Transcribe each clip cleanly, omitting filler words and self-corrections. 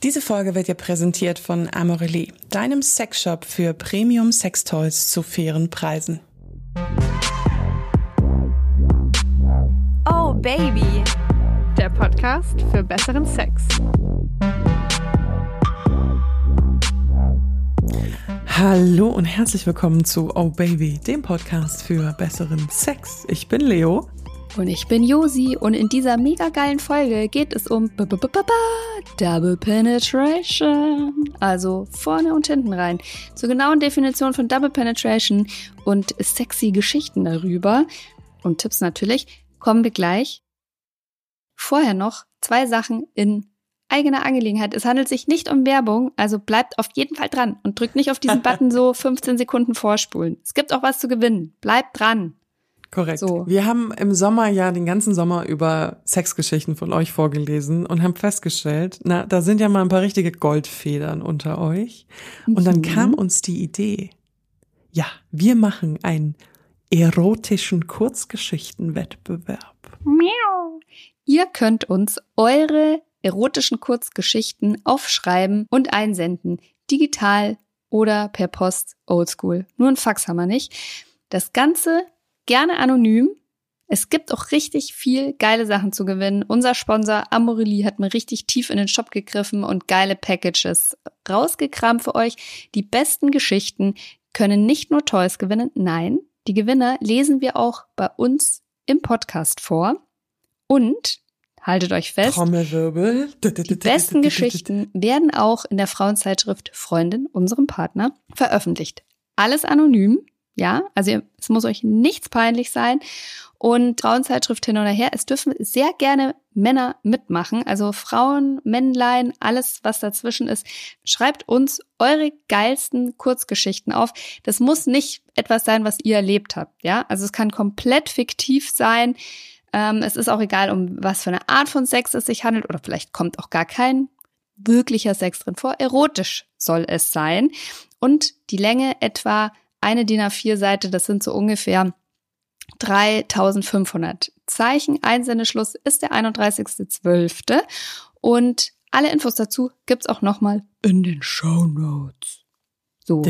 Diese Folge wird dir präsentiert von Amorelie, deinem Sexshop für Premium-Sextoys zu fairen Preisen. Oh Baby, der Podcast für besseren Sex. Hallo und herzlich willkommen zu Oh Baby, dem Podcast für besseren Sex. Ich bin Leo. Und ich bin Josi und in dieser mega geilen Folge geht es um Double Penetration. Also vorne und hinten rein. Zur genauen Definition von Double Penetration und sexy Geschichten darüber und Tipps natürlich kommen wir gleich. Vorher noch 2 Sachen in eigener Angelegenheit. Es handelt sich nicht um Werbung, also bleibt auf jeden Fall dran und drückt nicht auf diesen Button so 15 Sekunden vorspulen. Es gibt auch was zu gewinnen. Bleibt dran. Korrekt. So. Wir haben im Sommer ja den ganzen Sommer über Sexgeschichten von euch vorgelesen und haben festgestellt, na, da sind ja mal ein paar richtige Goldfedern unter euch. Und dann kam uns die Idee, ja, wir machen einen erotischen Kurzgeschichtenwettbewerb. Miau. Ihr könnt uns eure erotischen Kurzgeschichten aufschreiben und einsenden. Digital oder per Post, oldschool. Nur ein Fax haben wir nicht. Das Ganze gerne anonym. Es gibt auch richtig viel geile Sachen zu gewinnen. Unser Sponsor Amorelie hat mir richtig tief in den Shop gegriffen und geile Packages rausgekramt für euch. Die besten Geschichten können nicht nur Toys gewinnen. Nein, die Gewinner lesen wir auch bei uns im Podcast vor. Und, haltet euch fest, Trommelwirbel. Die besten Geschichten werden auch in der Frauenzeitschrift Freundin, unserem Partner, veröffentlicht. Alles anonym. Ja, also es muss euch nichts peinlich sein und Frauenzeitschrift hin oder her. Es dürfen sehr gerne Männer mitmachen, also Frauen, Männlein, alles was dazwischen ist. Schreibt uns eure geilsten Kurzgeschichten auf. Das muss nicht etwas sein, was ihr erlebt habt, ja. Also es kann komplett fiktiv sein. Es ist auch egal, um was für eine Art von Sex es sich handelt oder vielleicht kommt auch gar kein wirklicher Sex drin vor. Erotisch soll es sein und die Länge etwa eine DIN A4-Seite, das sind so ungefähr 3500 Zeichen. Einsendeschluss ist der 31.12. Und alle Infos dazu gibt's auch nochmal in den Shownotes. So.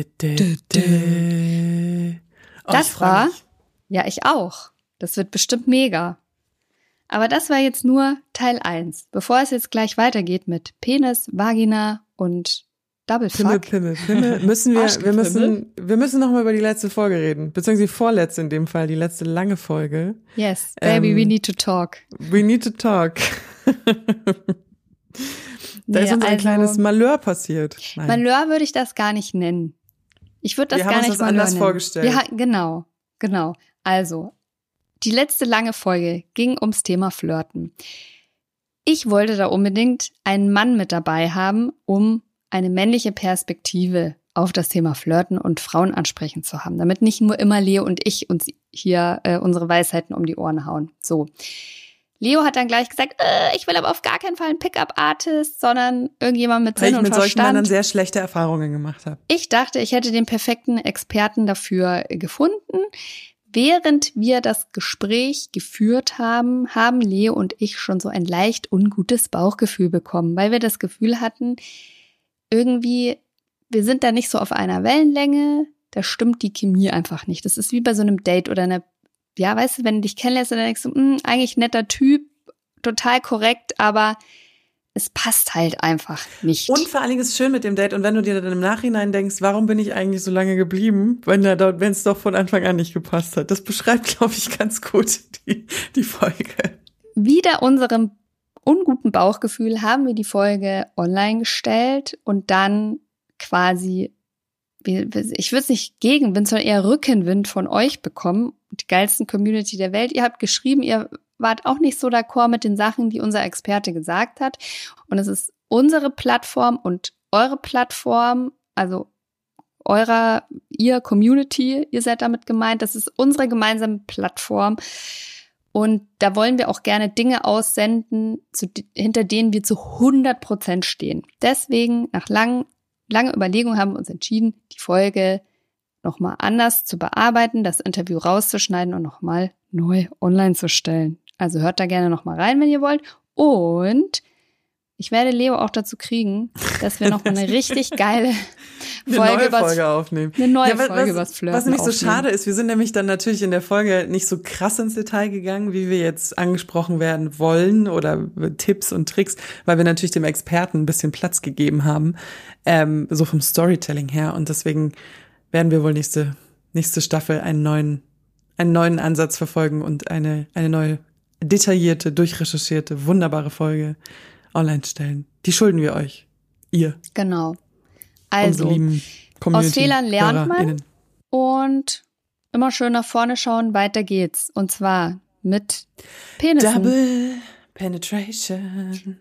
Das war, ja, ich auch. Das wird bestimmt mega. Aber das war jetzt nur Teil 1. Bevor es jetzt gleich weitergeht mit Penis, Vagina und Double Fuck. Pimmel. Wir müssen noch mal über die letzte Folge reden. Beziehungsweise die vorletzte in dem Fall, die letzte lange Folge. Yes, baby, we need to talk. We need to talk. Da ist uns ein kleines Malheur passiert. Nein. Malheur würde ich das gar nicht nennen. Ich würde das gar nicht Malheur nennen. Wir haben uns das anders vorgestellt. Ja, genau. Also, die letzte lange Folge ging ums Thema Flirten. Ich wollte da unbedingt einen Mann mit dabei haben, um eine männliche Perspektive auf das Thema Flirten und Frauen ansprechen zu haben, damit nicht nur immer Leo und ich uns hier unsere Weisheiten um die Ohren hauen. So. Leo hat dann gleich gesagt, ich will aber auf gar keinen Fall einen Pickup-Artist, sondern irgendjemand mit Sinn und Verstand. Weil ich mit solchen Männern sehr schlechte Erfahrungen gemacht habe. Ich dachte, ich hätte den perfekten Experten dafür gefunden. Während wir das Gespräch geführt haben, haben Leo und ich schon so ein leicht ungutes Bauchgefühl bekommen, weil wir das Gefühl hatten, irgendwie, wir sind da nicht so auf einer Wellenlänge, da stimmt die Chemie einfach nicht. Das ist wie bei so einem Date oder ja, weißt du, wenn du dich kennenlernst, dann denkst du, eigentlich netter Typ, total korrekt, aber es passt halt einfach nicht. Und vor allen Dingen ist es schön mit dem Date und wenn du dir dann im Nachhinein denkst, warum bin ich eigentlich so lange geblieben, wenn es doch von Anfang an nicht gepasst hat. Das beschreibt, glaube ich, ganz gut die Folge. Wieder unserem unguten Bauchgefühl haben wir die Folge online gestellt und dann quasi, ich würde es nicht Gegenwind, sondern eher Rückenwind von euch bekommen. Die geilsten Community der Welt. Ihr habt geschrieben, ihr wart auch nicht so d'accord mit den Sachen, die unser Experte gesagt hat. Und es ist unsere Plattform und eure Plattform, also ihr Community, ihr seid damit gemeint. Das ist unsere gemeinsame Plattform. Und da wollen wir auch gerne Dinge aussenden, hinter denen wir zu 100% stehen. Deswegen, nach langer Überlegung haben wir uns entschieden, die Folge nochmal anders zu bearbeiten, das Interview rauszuschneiden und nochmal neu online zu stellen. Also hört da gerne nochmal rein, wenn ihr wollt. Und Ich werde Leo auch dazu kriegen, dass wir noch mal eine richtig geile Folge aufnehmen. Eine neue Folge übers Flirten was nämlich so aufnehmen. schade ist, wir sind nämlich dann natürlich in der Folge nicht so krass ins Detail gegangen, wie wir jetzt angesprochen werden wollen oder Tipps und Tricks, weil wir natürlich dem Experten ein bisschen Platz gegeben haben, so vom Storytelling her. Und deswegen werden wir wohl nächste Staffel einen neuen Ansatz verfolgen und eine neue, detaillierte, durchrecherchierte, wunderbare Folge online stellen. Die schulden wir euch. Ihr. Genau. Also, aus Fehlern lernt man und immer schön nach vorne schauen, weiter geht's. Und zwar mit Penissen. Double Penetration.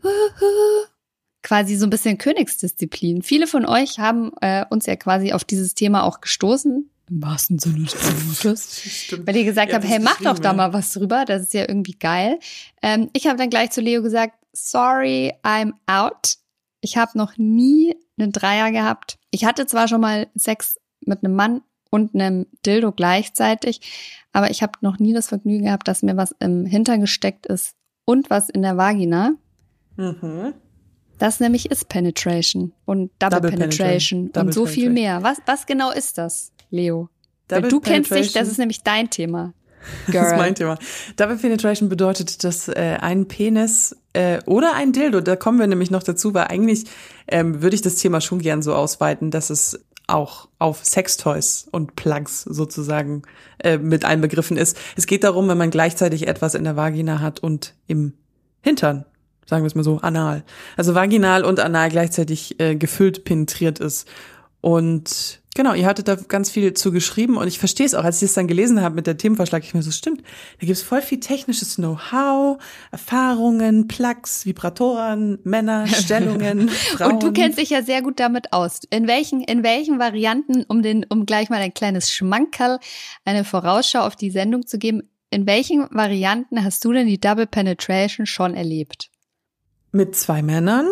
Quasi so ein bisschen Königsdisziplin. Viele von euch haben uns ja quasi auf dieses Thema auch gestoßen. Im wahrsten Sinne des Wortes. Stimmt. Weil ihr gesagt habt, hey, mach doch da mal was drüber. Das ist ja irgendwie geil. Ich habe dann gleich zu Leo gesagt, sorry, I'm out. Ich habe noch nie einen Dreier gehabt. Ich hatte zwar schon mal Sex mit einem Mann und einem Dildo gleichzeitig, aber ich habe noch nie das Vergnügen gehabt, dass mir was im Hintern gesteckt ist und was in der Vagina. Mhm. Das nämlich ist Penetration und Double Penetration und so viel mehr. Was genau ist das, Leo? Weil du kennst dich, das ist nämlich dein Thema. Girl. Das ist mein Thema. Double Penetration bedeutet, dass ein Penis oder ein Dildo, da kommen wir nämlich noch dazu, weil eigentlich würde ich das Thema schon gern so ausweiten, dass es auch auf Sextoys und Plugs sozusagen mit einbegriffen ist. Es geht darum, wenn man gleichzeitig etwas in der Vagina hat und im Hintern, sagen wir es mal so, anal. Also vaginal und anal gleichzeitig gefüllt penetriert ist. Und genau, ihr hattet da ganz viel zu geschrieben und ich verstehe es auch, als ich es dann gelesen habe mit der Themenvorschlag, ich mir so, stimmt, da gibt es voll viel technisches Know-how, Erfahrungen, Plugs, Vibratoren, Männer, Stellungen, Frauen. Und du kennst dich ja sehr gut damit aus. In welchen Varianten, um gleich mal ein kleines Schmankerl, eine Vorausschau auf die Sendung zu geben, in welchen Varianten hast du denn die Double Penetration schon erlebt? Mit 2 Männern,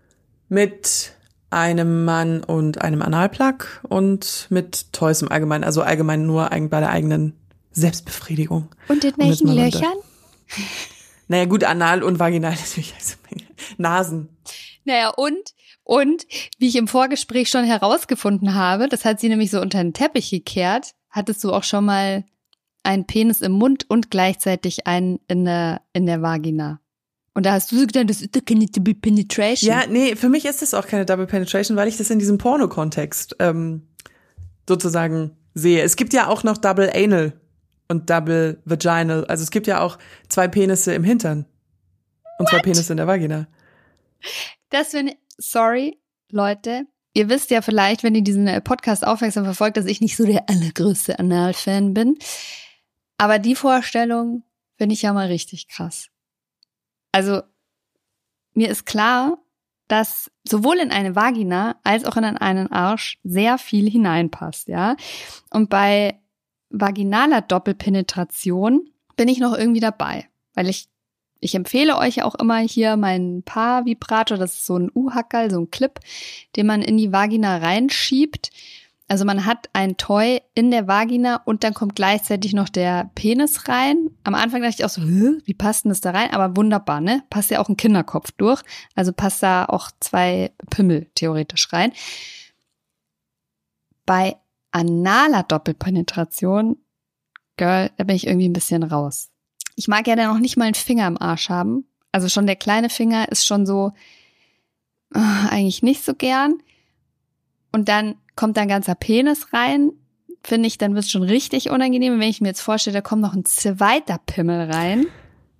mit einem Mann und einem Analplug und mit Toys im Allgemeinen, also allgemein nur bei der eigenen Selbstbefriedigung. Und in welchen Löchern? Naja gut, anal und vaginal natürlich, also Nasen. Naja und wie ich im Vorgespräch schon herausgefunden habe, das hat sie nämlich so unter den Teppich gekehrt, hattest du auch schon mal einen Penis im Mund und gleichzeitig einen in der Vagina. Und da hast du so gedacht, das ist doch keine Double Penetration. Ja, nee, für mich ist das auch keine Double Penetration, weil ich das in diesem Porno-Kontext sozusagen sehe. Es gibt ja auch noch Double Anal und Double Vaginal. Also es gibt ja auch 2 Penisse im Hintern und 2 Penisse in der Vagina. Sorry, Leute. Ihr wisst ja vielleicht, wenn ihr diesen Podcast aufmerksam verfolgt, dass ich nicht so der allergrößte Anal-Fan bin. Aber die Vorstellung finde ich ja mal richtig krass. Also, mir ist klar, dass sowohl in eine Vagina als auch in einen Arsch sehr viel hineinpasst, ja. Und bei vaginaler Doppelpenetration bin ich noch irgendwie dabei, weil ich empfehle euch auch immer hier meinen Paar-Vibrator, das ist so ein U-Hackerl, so ein Clip, den man in die Vagina reinschiebt. Also man hat ein Toy in der Vagina und dann kommt gleichzeitig noch der Penis rein. Am Anfang dachte ich auch so, wie passt denn das da rein? Aber wunderbar, ne? Passt ja auch ein Kinderkopf durch. Also passt da auch 2 Pimmel theoretisch rein. Bei analer Doppelpenetration, Girl, da bin ich irgendwie ein bisschen raus. Ich mag ja dann noch nicht mal einen Finger im Arsch haben. Also schon der kleine Finger ist schon so, eigentlich nicht so gern. Und dann kommt da ein ganzer Penis rein, finde ich, dann wird es schon richtig unangenehm. Und wenn ich mir jetzt vorstelle, da kommt noch ein zweiter Pimmel rein,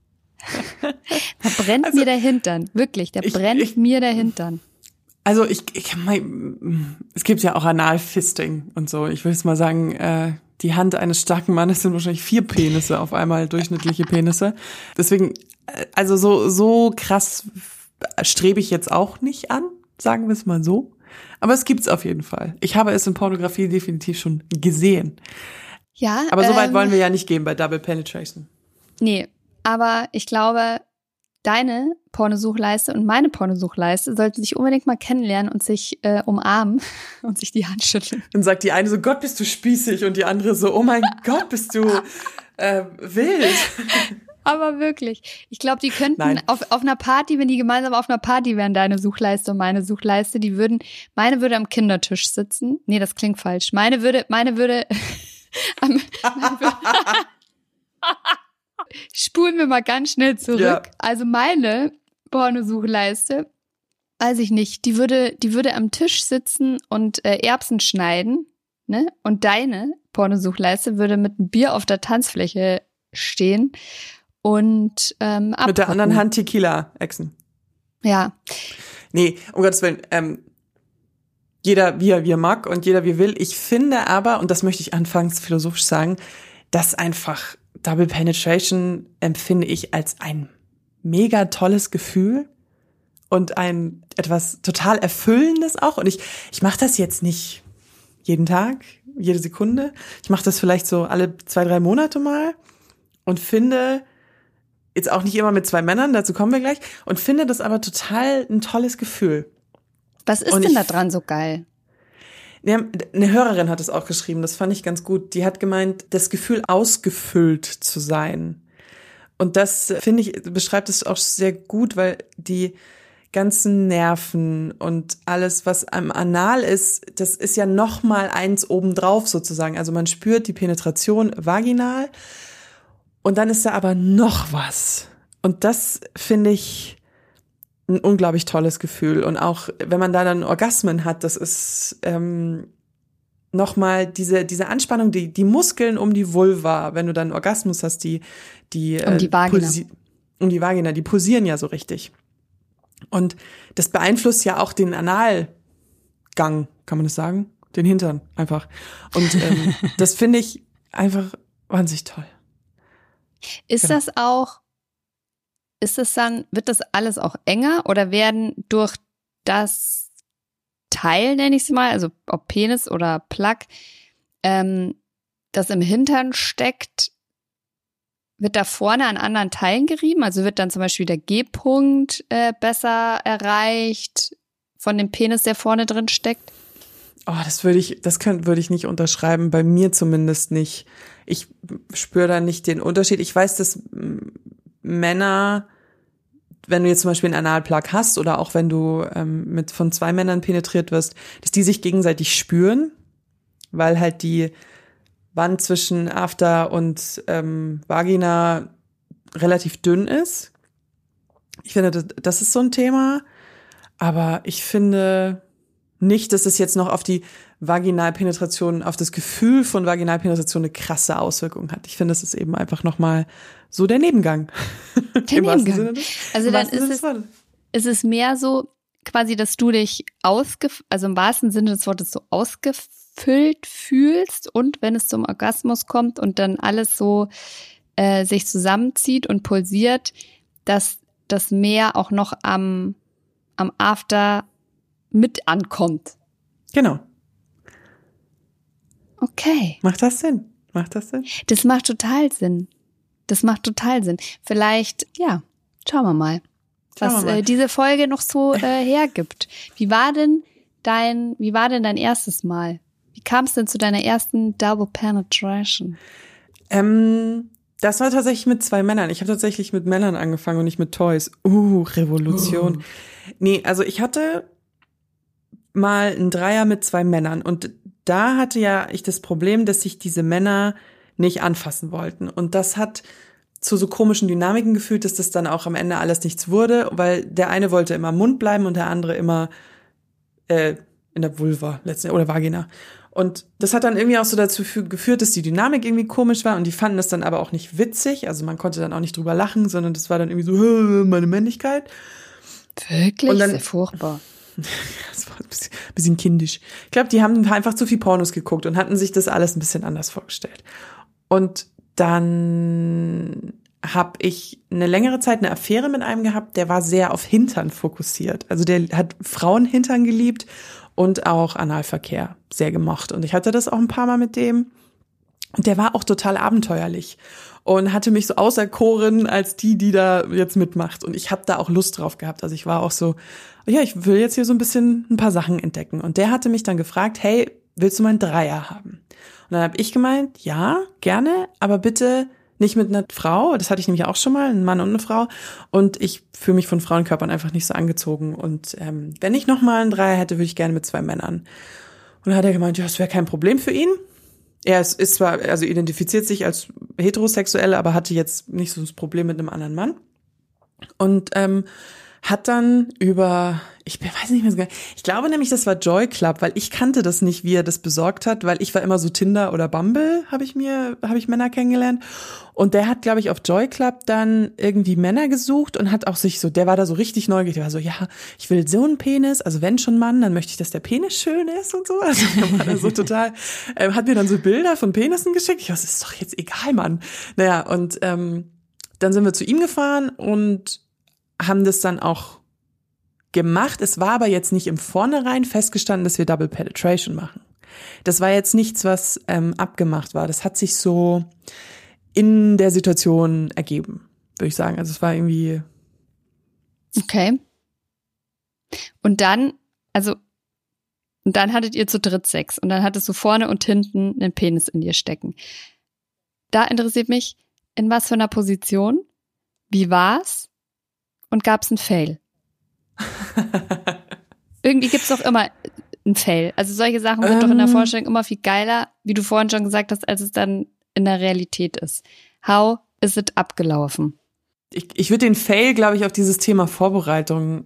da brennt mir der Hintern. Wirklich, brennt mir der Hintern. Also es gibt ja auch Analfisting und so. Ich würde jetzt mal sagen, die Hand eines starken Mannes sind wahrscheinlich 4 Penisse auf einmal, durchschnittliche Penisse. Deswegen, also so krass strebe ich jetzt auch nicht an, sagen wir es mal so. Aber es gibt's auf jeden Fall. Ich habe es in Pornografie definitiv schon gesehen. Ja. Aber so weit wollen wir ja nicht gehen bei Double Penetration. Nee, aber ich glaube, deine Pornosuchleiste und meine Pornosuchleiste sollten sich unbedingt mal kennenlernen und sich umarmen und sich die Hand schütteln. Dann sagt die eine so, Gott, bist du spießig, und die andere so, oh mein Gott, bist du wild. Aber wirklich. Ich glaube, die könnten Nein. auf einer Party, wenn die gemeinsam auf einer Party wären, deine Suchleiste und meine Suchleiste, meine würde am Kindertisch sitzen. Nee, das klingt falsch. Meine würde spulen wir mal ganz schnell zurück. Ja. Also meine Pornosuchleiste, weiß ich nicht, die würde am Tisch sitzen und Erbsen schneiden, ne? Und deine Pornosuchleiste würde mit einem Bier auf der Tanzfläche stehen und abgucken. Mit der anderen Hand Tequila exen. Ja. Nee, um Gottes Willen, jeder wie er mag und jeder wie er will. Ich finde aber, und das möchte ich anfangs philosophisch sagen, dass einfach Double Penetration empfinde ich als ein mega tolles Gefühl und ein etwas total Erfüllendes auch. Und ich mache das jetzt nicht jeden Tag, jede Sekunde. Ich mache das vielleicht so alle 2-3 Monate mal und finde, jetzt auch nicht immer mit 2 Männern, dazu kommen wir gleich, und finde das aber total ein tolles Gefühl. Was ist denn da dran so geil? Ja, eine Hörerin hat es auch geschrieben, das fand ich ganz gut. Die hat gemeint, das Gefühl, ausgefüllt zu sein. Und das, finde ich, beschreibt es auch sehr gut, weil die ganzen Nerven und alles, was am Anal ist, das ist ja noch mal eins obendrauf sozusagen. Also man spürt die Penetration vaginal und dann ist da aber noch was. Und das finde ich ein unglaublich tolles Gefühl. Und auch wenn man da dann Orgasmen hat, das ist nochmal diese Anspannung, die Muskeln um die Vulva, wenn du dann einen Orgasmus hast, um die Vagina. Um die Vagina, die pulsieren ja so richtig. Und das beeinflusst ja auch den Analgang, kann man das sagen? Den Hintern einfach. Und das finde ich einfach wahnsinnig toll. Wird das alles auch enger oder werden durch das Teil, nenne ich es mal, also ob Penis oder Plug, das im Hintern steckt, wird da vorne an anderen Teilen gerieben? Also wird dann zum Beispiel der G-Punkt besser erreicht von dem Penis, der vorne drin steckt? Oh, würde ich nicht unterschreiben, bei mir zumindest nicht. Ich spüre da nicht den Unterschied. Ich weiß, dass Männer, wenn du jetzt zum Beispiel einen Analplug hast oder auch wenn du von 2 Männern penetriert wirst, dass die sich gegenseitig spüren, weil halt die Wand zwischen After und Vagina relativ dünn ist. Ich finde, das ist so ein Thema, aber ich finde nicht, dass es jetzt noch auf die Vaginalpenetration, auf das Gefühl von Vaginalpenetration eine krasse Auswirkung hat. Ich finde, es ist eben einfach nochmal so der Nebengang. Der Nebengang. Also dann ist es mehr so quasi, dass du dich also im wahrsten Sinne des Wortes so ausgefüllt fühlst und wenn es zum Orgasmus kommt und dann alles so sich zusammenzieht und pulsiert, dass das mehr auch noch am After mit ankommt. Genau. Okay. Macht das Sinn? Das macht total Sinn. Vielleicht, ja, schauen wir mal, was diese Folge noch so hergibt. Wie war denn dein erstes Mal? Wie kam es denn zu deiner ersten Double Penetration? Das war tatsächlich mit 2 Männern. Ich habe tatsächlich mit Männern angefangen und nicht mit Toys. Revolution. Nee, also ich hatte mal einen Dreier mit 2 Männern und da hatte ja ich das Problem, dass sich diese Männer nicht anfassen wollten und das hat zu so komischen Dynamiken geführt, dass das dann auch am Ende alles nichts wurde, weil der eine wollte immer im Mund bleiben und der andere immer in der Vulva letztendlich oder Vagina. Und das hat dann irgendwie auch so dazu geführt, dass die Dynamik irgendwie komisch war und die fanden das dann aber auch nicht witzig, also man konnte dann auch nicht drüber lachen, sondern das war dann irgendwie so meine Männlichkeit. Wirklich? Und dann, sehr furchtbar. Das war ein bisschen kindisch. Ich glaube, die haben einfach zu viel Pornos geguckt und hatten sich das alles ein bisschen anders vorgestellt. Und dann habe ich eine längere Zeit eine Affäre mit einem gehabt, der war sehr auf Hintern fokussiert. Also der hat Frauenhintern geliebt und auch Analverkehr sehr gemocht. Und ich hatte das auch ein paar Mal mit dem. Und der war auch total abenteuerlich und hatte mich so auserkoren als die da jetzt mitmacht. Und ich habe da auch Lust drauf gehabt. Also ich war auch so, ja, ich will jetzt hier so ein paar Sachen entdecken. Und der hatte mich dann gefragt, hey, willst du mal einen Dreier haben? Und dann habe ich gemeint, ja, gerne, aber bitte nicht mit einer Frau. Das hatte ich nämlich auch schon mal, ein Mann und eine Frau. Und ich fühle mich von Frauenkörpern einfach nicht so angezogen. Und wenn ich nochmal einen Dreier hätte, würde ich gerne mit 2 Männern. Und dann hat er gemeint, ja, das wäre kein Problem für ihn. Er ist zwar, also identifiziert sich als heterosexuell, aber hatte jetzt nicht so das Problem mit einem anderen Mann. Und hat dann über, ich weiß nicht mehr so genau, ich glaube nämlich, das war Joy Club, weil ich kannte das nicht, wie er das besorgt hat, weil ich war immer so Tinder oder Bumble, habe ich Männer kennengelernt. Und der hat, glaube ich, auf Joy Club dann irgendwie Männer gesucht und hat auch sich so, der war da so richtig neugierig, der war so, ja, ich will so einen Penis, also wenn schon Mann, dann möchte ich, dass der Penis schön ist und so. Also der war da so total, hat mir dann so Bilder von Penissen geschickt. Ich dachte, das ist doch jetzt egal, Mann. Naja, und dann sind wir zu ihm gefahren und haben das dann auch gemacht. Es war aber jetzt nicht im Vornherein festgestanden, dass wir Double Penetration machen. Das war jetzt nichts, was abgemacht war. Das hat sich so in der Situation ergeben, würde ich sagen. Also es war irgendwie... Okay. Und dann hattet ihr zu dritt Sex und dann hattest du vorne und hinten einen Penis in dir stecken. Da interessiert mich, in was für einer Position, wie war's und gab's einen Fail? Irgendwie gibt's doch immer einen Fail. Also solche Sachen sind doch in der Vorstellung immer viel geiler, wie du vorhin schon gesagt hast, als es dann in der Realität ist. How is it abgelaufen? Ich würde den Fail, glaube ich, auf dieses Thema Vorbereitung,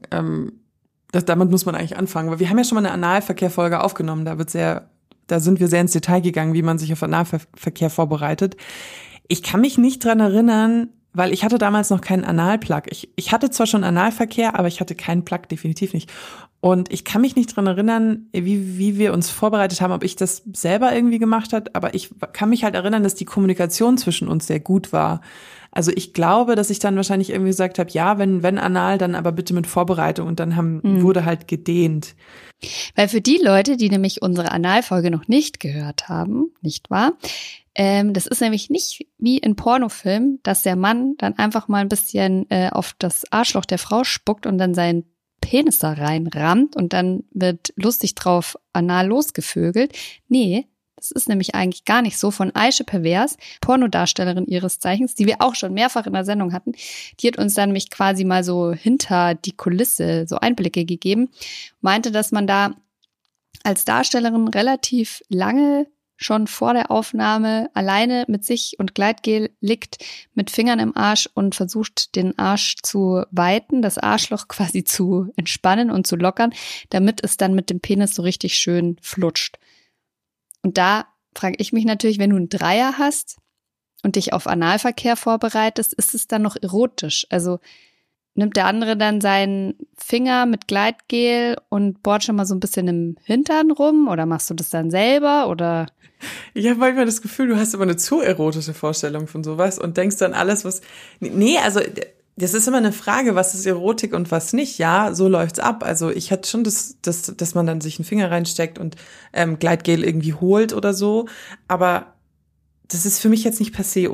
damit muss man eigentlich anfangen, weil wir haben ja schon mal eine Analverkehr-Folge aufgenommen, da sind wir sehr ins Detail gegangen, wie man sich auf Analverkehr vorbereitet. Ich kann mich nicht dran erinnern, weil ich hatte damals noch keinen Analplug. Ich hatte zwar schon Analverkehr, aber ich hatte keinen Plug, definitiv nicht. Und ich kann mich nicht dran erinnern, wie wir uns vorbereitet haben, ob ich das selber irgendwie gemacht habe, aber ich kann mich halt erinnern, dass die Kommunikation zwischen uns sehr gut war. Also ich glaube, dass ich dann wahrscheinlich irgendwie gesagt habe, ja, wenn Anal, dann aber bitte mit Vorbereitung und dann wurde halt gedehnt. Weil für die Leute, die nämlich unsere Analfolge noch nicht gehört haben, nicht wahr? Das ist nämlich nicht wie in Pornofilmen, dass der Mann dann einfach mal ein bisschen auf das Arschloch der Frau spuckt und dann seinen Penis da reinrammt und dann wird lustig drauf anal losgevögelt. Nee, das ist nämlich eigentlich gar nicht so. Von Aische Pervers, Pornodarstellerin ihres Zeichens, die wir auch schon mehrfach in der Sendung hatten, die hat uns dann nämlich quasi mal so hinter die Kulisse so Einblicke gegeben, meinte, dass man da als Darstellerin relativ lange schon vor der Aufnahme alleine mit sich und Gleitgel liegt, mit Fingern im Arsch und versucht, den Arsch zu weiten, das Arschloch quasi zu entspannen und zu lockern, damit es dann mit dem Penis so richtig schön flutscht. Und da frage ich mich natürlich, wenn du einen Dreier hast und dich auf Analverkehr vorbereitest, ist es dann noch erotisch? Also nimmt der andere dann seinen Finger mit Gleitgel und bohrt schon mal so ein bisschen im Hintern rum oder machst du das dann selber oder? Ich habe manchmal das Gefühl, du hast immer eine zu erotische Vorstellung von sowas und denkst dann alles, was... Nee, also das ist immer eine Frage, was ist Erotik und was nicht. Ja, so läuft's ab. Also ich hatte schon dass man dann sich einen Finger reinsteckt und Gleitgel irgendwie holt oder so. Aber das ist für mich jetzt nicht per se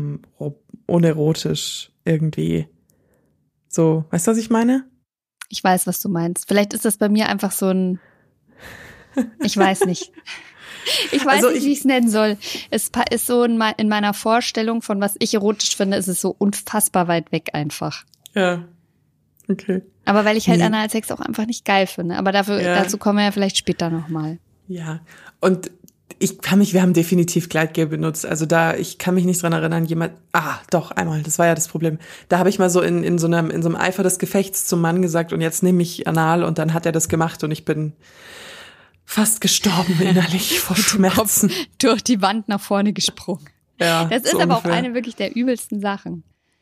unerotisch irgendwie. So, weißt du, was ich meine? Ich weiß, was du meinst. Vielleicht ist das bei mir einfach so ein... Ich weiß nicht. Ich weiß nicht, wie ich es nennen soll. Es ist so in meiner Vorstellung von was ich erotisch finde, ist es so unfassbar weit weg einfach. Ja, okay. Aber weil ich halt Analsex auch einfach nicht geil finde. Aber dazu kommen wir ja vielleicht später nochmal. Ja, und wir haben definitiv Gleitgel benutzt. Also ich kann mich nicht dran erinnern, doch, einmal, das war ja das Problem. Da habe ich mal so in so einem Eifer des Gefechts zum Mann gesagt und jetzt nehme ich Anal und dann hat er das gemacht und ich bin fast gestorben innerlich vor Schmerzen. Durch die Wand nach vorne gesprungen. Ja, das ist so aber ungefähr auch eine wirklich der übelsten Sachen.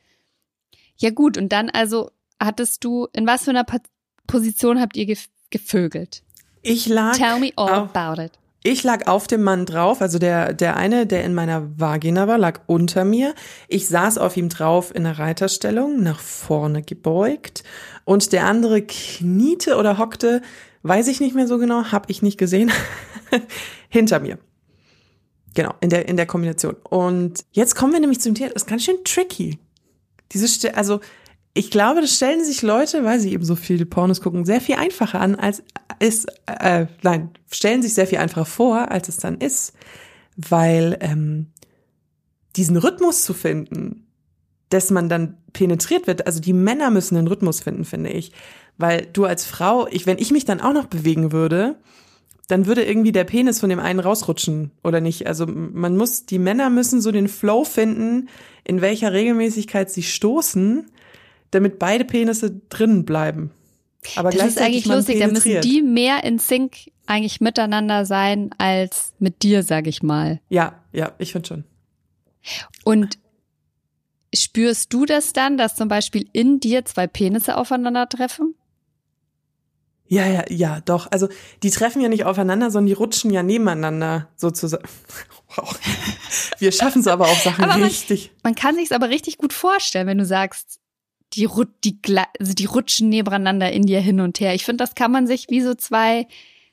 Ja gut, und dann also in was für einer Position habt ihr gevögelt? Tell me all about it. Ich lag auf dem Mann drauf, also der eine, der in meiner Vagina war, lag unter mir. Ich saß auf ihm drauf in einer Reiterstellung, nach vorne gebeugt. Und der andere kniete oder hockte, weiß ich nicht mehr so genau, habe ich nicht gesehen, hinter mir. Genau, in der Kombination. Und jetzt kommen wir nämlich zum Thema, das ist ganz schön tricky. Ich glaube, das stellen sich Leute, weil sie eben so viele Pornos gucken, sehr viel einfacher an, stellen sich sehr viel einfacher vor, als es dann ist. Weil diesen Rhythmus zu finden, dass man dann penetriert wird, also die Männer müssen einen Rhythmus finden, finde ich. Weil du als Frau, wenn ich mich dann auch noch bewegen würde, dann würde irgendwie der Penis von dem einen rausrutschen, oder nicht? Also die Männer müssen so den Flow finden, in welcher Regelmäßigkeit sie stoßen, damit beide Penisse drinnen bleiben. Aber das ist eigentlich lustig, da müssen die mehr in Sync eigentlich miteinander sein als mit dir, sag ich mal. Ja, ich finde schon. Und spürst du das dann, dass zum Beispiel in dir zwei Penisse aufeinandertreffen? Ja, doch. Also die treffen ja nicht aufeinander, sondern die rutschen ja nebeneinander sozusagen. Wow. Wir schaffen es aber auch Sachen richtig. Man kann sich's aber richtig gut vorstellen, wenn du sagst, die rutschen nebeneinander in dir hin und her. Ich finde, das kann man sich wie so zwei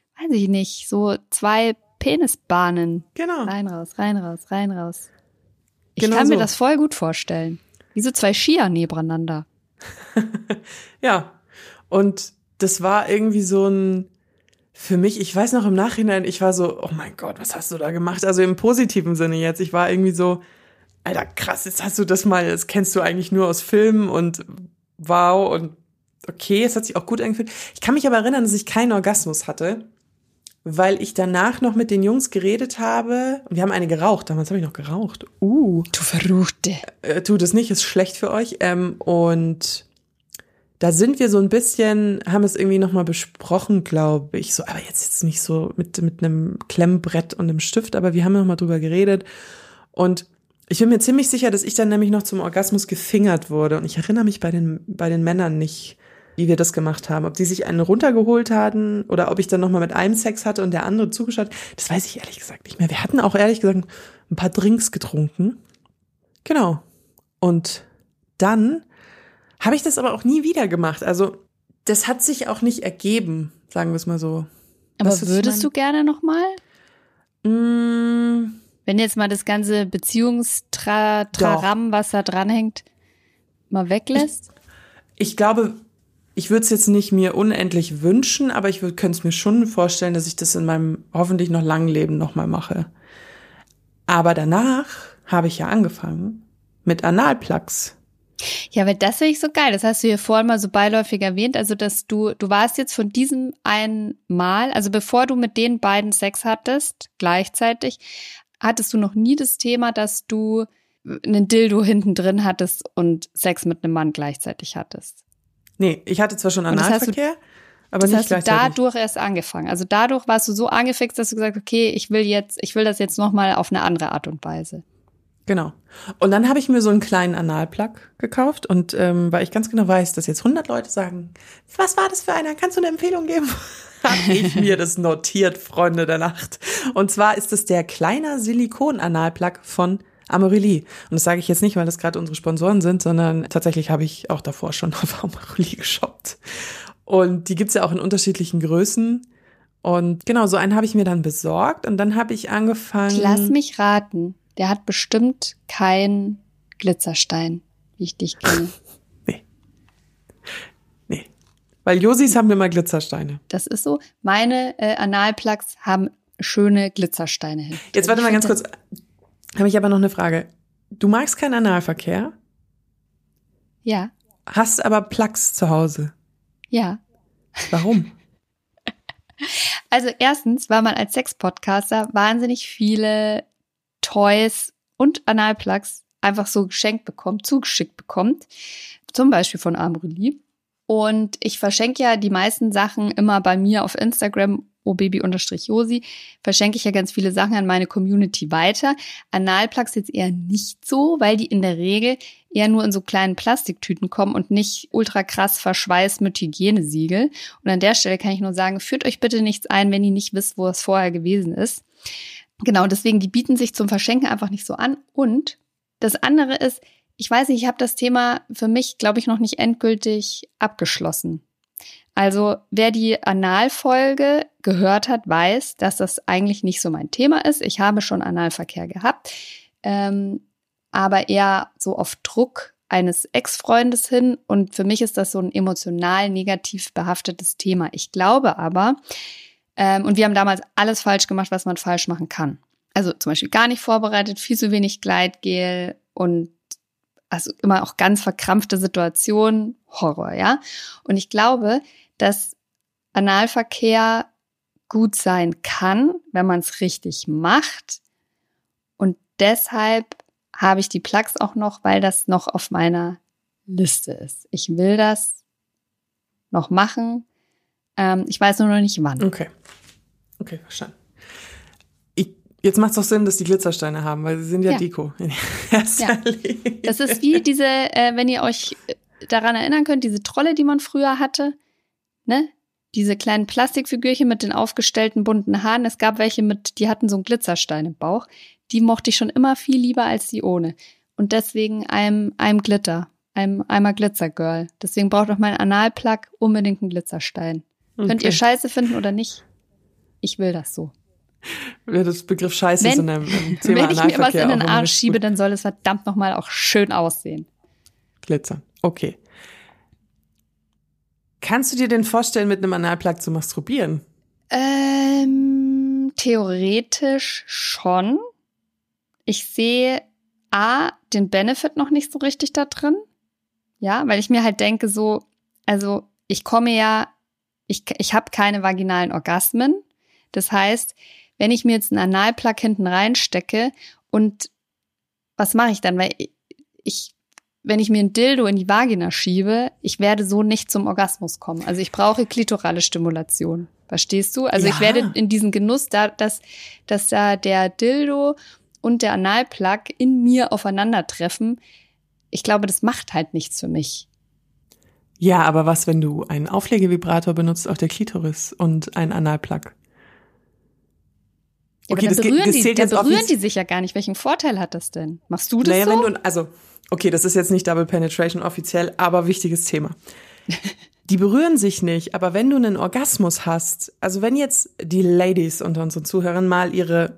Penisbahnen. Genau. Rein, raus. Ich kann mir das voll gut vorstellen. Wie so zwei Skier nebeneinander. Ja, und das war irgendwie so für mich, ich weiß noch im Nachhinein, ich war so, oh mein Gott, was hast du da gemacht? Also im positiven Sinne jetzt. Ich war irgendwie so, Alter, krass, jetzt hast du das kennst du eigentlich nur aus Filmen und wow und okay, es hat sich auch gut angefühlt. Ich kann mich aber erinnern, dass ich keinen Orgasmus hatte, weil ich danach noch mit den Jungs geredet habe. Und wir haben eine geraucht, damals habe ich noch geraucht. Du Verruchte. Tut es nicht, ist schlecht für euch. Und da sind wir so ein bisschen, haben es irgendwie nochmal besprochen, glaube ich. So, aber jetzt nicht so mit einem Klemmbrett und einem Stift, aber wir haben nochmal drüber geredet. Und ich bin mir ziemlich sicher, dass ich dann nämlich noch zum Orgasmus gefingert wurde. Und ich erinnere mich bei den Männern nicht, wie wir das gemacht haben. Ob die sich einen runtergeholt hatten oder ob ich dann nochmal mit einem Sex hatte und der andere zugeschaut. Das weiß ich ehrlich gesagt nicht mehr. Wir hatten auch ehrlich gesagt ein paar Drinks getrunken. Genau. Und dann habe ich das aber auch nie wieder gemacht. Also das hat sich auch nicht ergeben, sagen wir es mal so. Aber würdest du gerne nochmal? Wenn jetzt mal das ganze Beziehungstraram, was da dranhängt, mal weglässt? Ich glaube, ich würde es jetzt nicht mir unendlich wünschen, aber ich könnte es mir schon vorstellen, dass ich das in meinem hoffentlich noch langen Leben nochmal mache. Aber danach habe ich ja angefangen mit Analplugs. Ja, weil das finde ich so geil. Das hast du hier vorhin mal so beiläufig erwähnt. Also, dass du warst jetzt von diesem einen Mal, also bevor du mit den beiden Sex hattest, gleichzeitig, hattest du noch nie das Thema, dass du einen Dildo hinten drin hattest und Sex mit einem Mann gleichzeitig hattest. Nee, ich hatte zwar schon Analverkehr, aber nicht gleichzeitig. Das hast du dadurch erst angefangen. Also dadurch warst du so angefixt, dass du gesagt hast, okay, ich will das jetzt nochmal auf eine andere Art und Weise. Genau. Und dann habe ich mir so einen kleinen Analplug gekauft und weil ich ganz genau weiß, dass jetzt 100 Leute sagen, was war das für einer? Kannst du eine Empfehlung geben? Habe ich mir das notiert, Freunde der Nacht. Und zwar ist es der kleiner Silikon-Analplug von Amorelie. Und das sage ich jetzt nicht, weil das gerade unsere Sponsoren sind, sondern tatsächlich habe ich auch davor schon auf Amorelie geshoppt. Und die gibt's ja auch in unterschiedlichen Größen. Und genau, so einen habe ich mir dann besorgt und dann habe ich angefangen. Lass mich raten. Der hat bestimmt keinen Glitzerstein, wie ich dich kenne. Nee. Weil Josis haben immer Glitzersteine. Das ist so. Meine Analplugs haben schöne Glitzersteine hin. Jetzt warte mal ganz kurz. Habe ich aber noch eine Frage. Du magst keinen Analverkehr? Ja. Hast aber Plugs zu Hause? Ja. Warum? Also erstens, weil man als Sex-Podcaster wahnsinnig viele Toys und Analplugs einfach so zugeschickt bekommt. Zum Beispiel von Amorelie. Und ich verschenke ja die meisten Sachen immer bei mir auf Instagram, obaby_josi, verschenke ich ja ganz viele Sachen an meine Community weiter. Analplugs jetzt eher nicht so, weil die in der Regel eher nur in so kleinen Plastiktüten kommen und nicht ultra krass verschweißt mit Hygienesiegel. Und an der Stelle kann ich nur sagen, führt euch bitte nichts ein, wenn ihr nicht wisst, wo es vorher gewesen ist. Genau, deswegen, die bieten sich zum Verschenken einfach nicht so an. Und das andere ist, ich weiß nicht, ich habe das Thema für mich, glaube ich, noch nicht endgültig abgeschlossen. Also wer die Analfolge gehört hat, weiß, dass das eigentlich nicht so mein Thema ist. Ich habe schon Analverkehr gehabt, aber eher so auf Druck eines Ex-Freundes hin. Und für mich ist das so ein emotional negativ behaftetes Thema. Ich glaube aber, und wir haben damals alles falsch gemacht, was man falsch machen kann. Also zum Beispiel gar nicht vorbereitet, viel zu wenig Gleitgel und also immer auch ganz verkrampfte Situationen, Horror, ja. Und ich glaube, dass Analverkehr gut sein kann, wenn man es richtig macht. Und deshalb habe ich die Plugs auch noch, weil das noch auf meiner Liste ist. Ich will das noch machen. Ich weiß nur noch nicht wann. Okay, verstanden. Jetzt macht es doch Sinn, dass die Glitzersteine haben, weil sie sind ja Deko. Ja. Das ist wie diese, wenn ihr euch daran erinnern könnt, diese Trolle, die man früher hatte, ne? Diese kleinen Plastikfigürchen mit den aufgestellten bunten Haaren. Es gab welche die hatten so einen Glitzerstein im Bauch. Die mochte ich schon immer viel lieber als die ohne. Und deswegen I'm Glitter. I'm a Glitzer Girl. Deswegen braucht auch mein Analplug unbedingt einen Glitzerstein. Okay. Könnt ihr scheiße finden oder nicht? Ich will das so. Ja, das Begriff Scheiße ist in einem Thema Wenn ich mir was in den auch Arsch schiebe, dann soll es verdammt nochmal auch schön aussehen. Glitzer, okay. Kannst du dir denn vorstellen, mit einem Analplug zu masturbieren? Theoretisch schon. Ich sehe den Benefit noch nicht so richtig da drin. Ja, weil ich mir halt denke so, also ich habe keine vaginalen Orgasmen. Das heißt, wenn ich mir jetzt einen Analplug hinten reinstecke und was mache ich dann? Weil wenn ich mir ein Dildo in die Vagina schiebe, ich werde so nicht zum Orgasmus kommen. Also ich brauche klitorale Stimulation. Verstehst du? Also ich werde in diesen Genuss, dass da der Dildo und der Analplug in mir aufeinandertreffen. Ich glaube, das macht halt nichts für mich. Ja, aber was, wenn du einen Auflegevibrator benutzt auf der Klitoris und einen Analplug? Ja, okay, dann berühren die sich ja gar nicht. Welchen Vorteil hat das denn? Machst du das so? Okay, das ist jetzt nicht Double Penetration offiziell, aber wichtiges Thema. Die berühren sich nicht, aber wenn du einen Orgasmus hast, also wenn jetzt die Ladies unter unseren Zuhörern mal ihre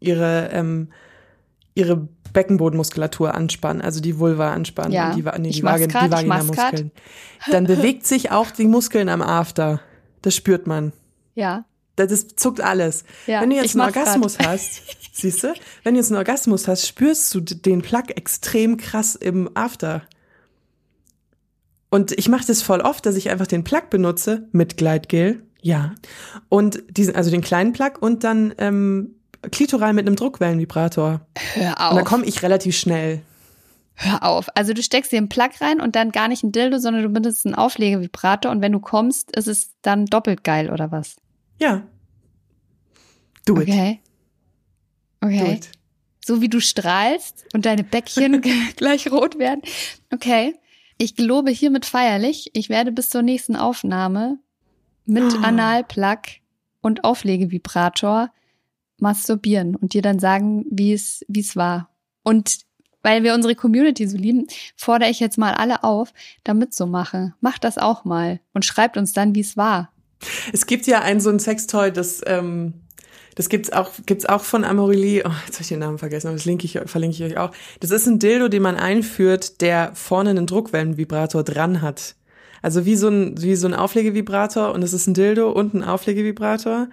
Beckenbodenmuskulatur anspannen, also die Vulva anspannen, ja, die Vaginamuskeln, dann bewegt sich auch die Muskeln am After. Das spürt man. Ja. Das zuckt alles. Ja, wenn du jetzt einen Orgasmus hast, siehst du, wenn du jetzt einen Orgasmus hast, spürst du den Plug extrem krass im After. Und ich mache das voll oft, dass ich einfach den Plug benutze mit Gleitgel, ja, und den kleinen Plug und dann klitoral mit einem Druckwellenvibrator. Hör auf. Und da komme ich relativ schnell. Hör auf. Also du steckst dir einen Plug rein und dann gar nicht ein Dildo, sondern du benutzt einen Auflegevibrator und wenn du kommst, ist es dann doppelt geil oder was? Ja. Do it. Okay. Do it. So wie du strahlst und deine Bäckchen gleich rot werden. Okay. Ich gelobe hiermit feierlich, ich werde bis zur nächsten Aufnahme mit Analplug und Auflegevibrator masturbieren und dir dann sagen, wie es war. Und weil wir unsere Community so lieben, fordere ich jetzt mal alle auf, da mitzumachen. Macht das auch mal und schreibt uns dann, wie es war. Es gibt ja so ein Sextoy, das gibt's auch von Amorelie. Oh, jetzt habe ich den Namen vergessen, aber das verlinke ich euch auch. Das ist ein Dildo, den man einführt, der vorne einen Druckwellenvibrator dran hat. Also wie so ein Auflegevibrator und es ist ein Dildo und ein Auflegevibrator.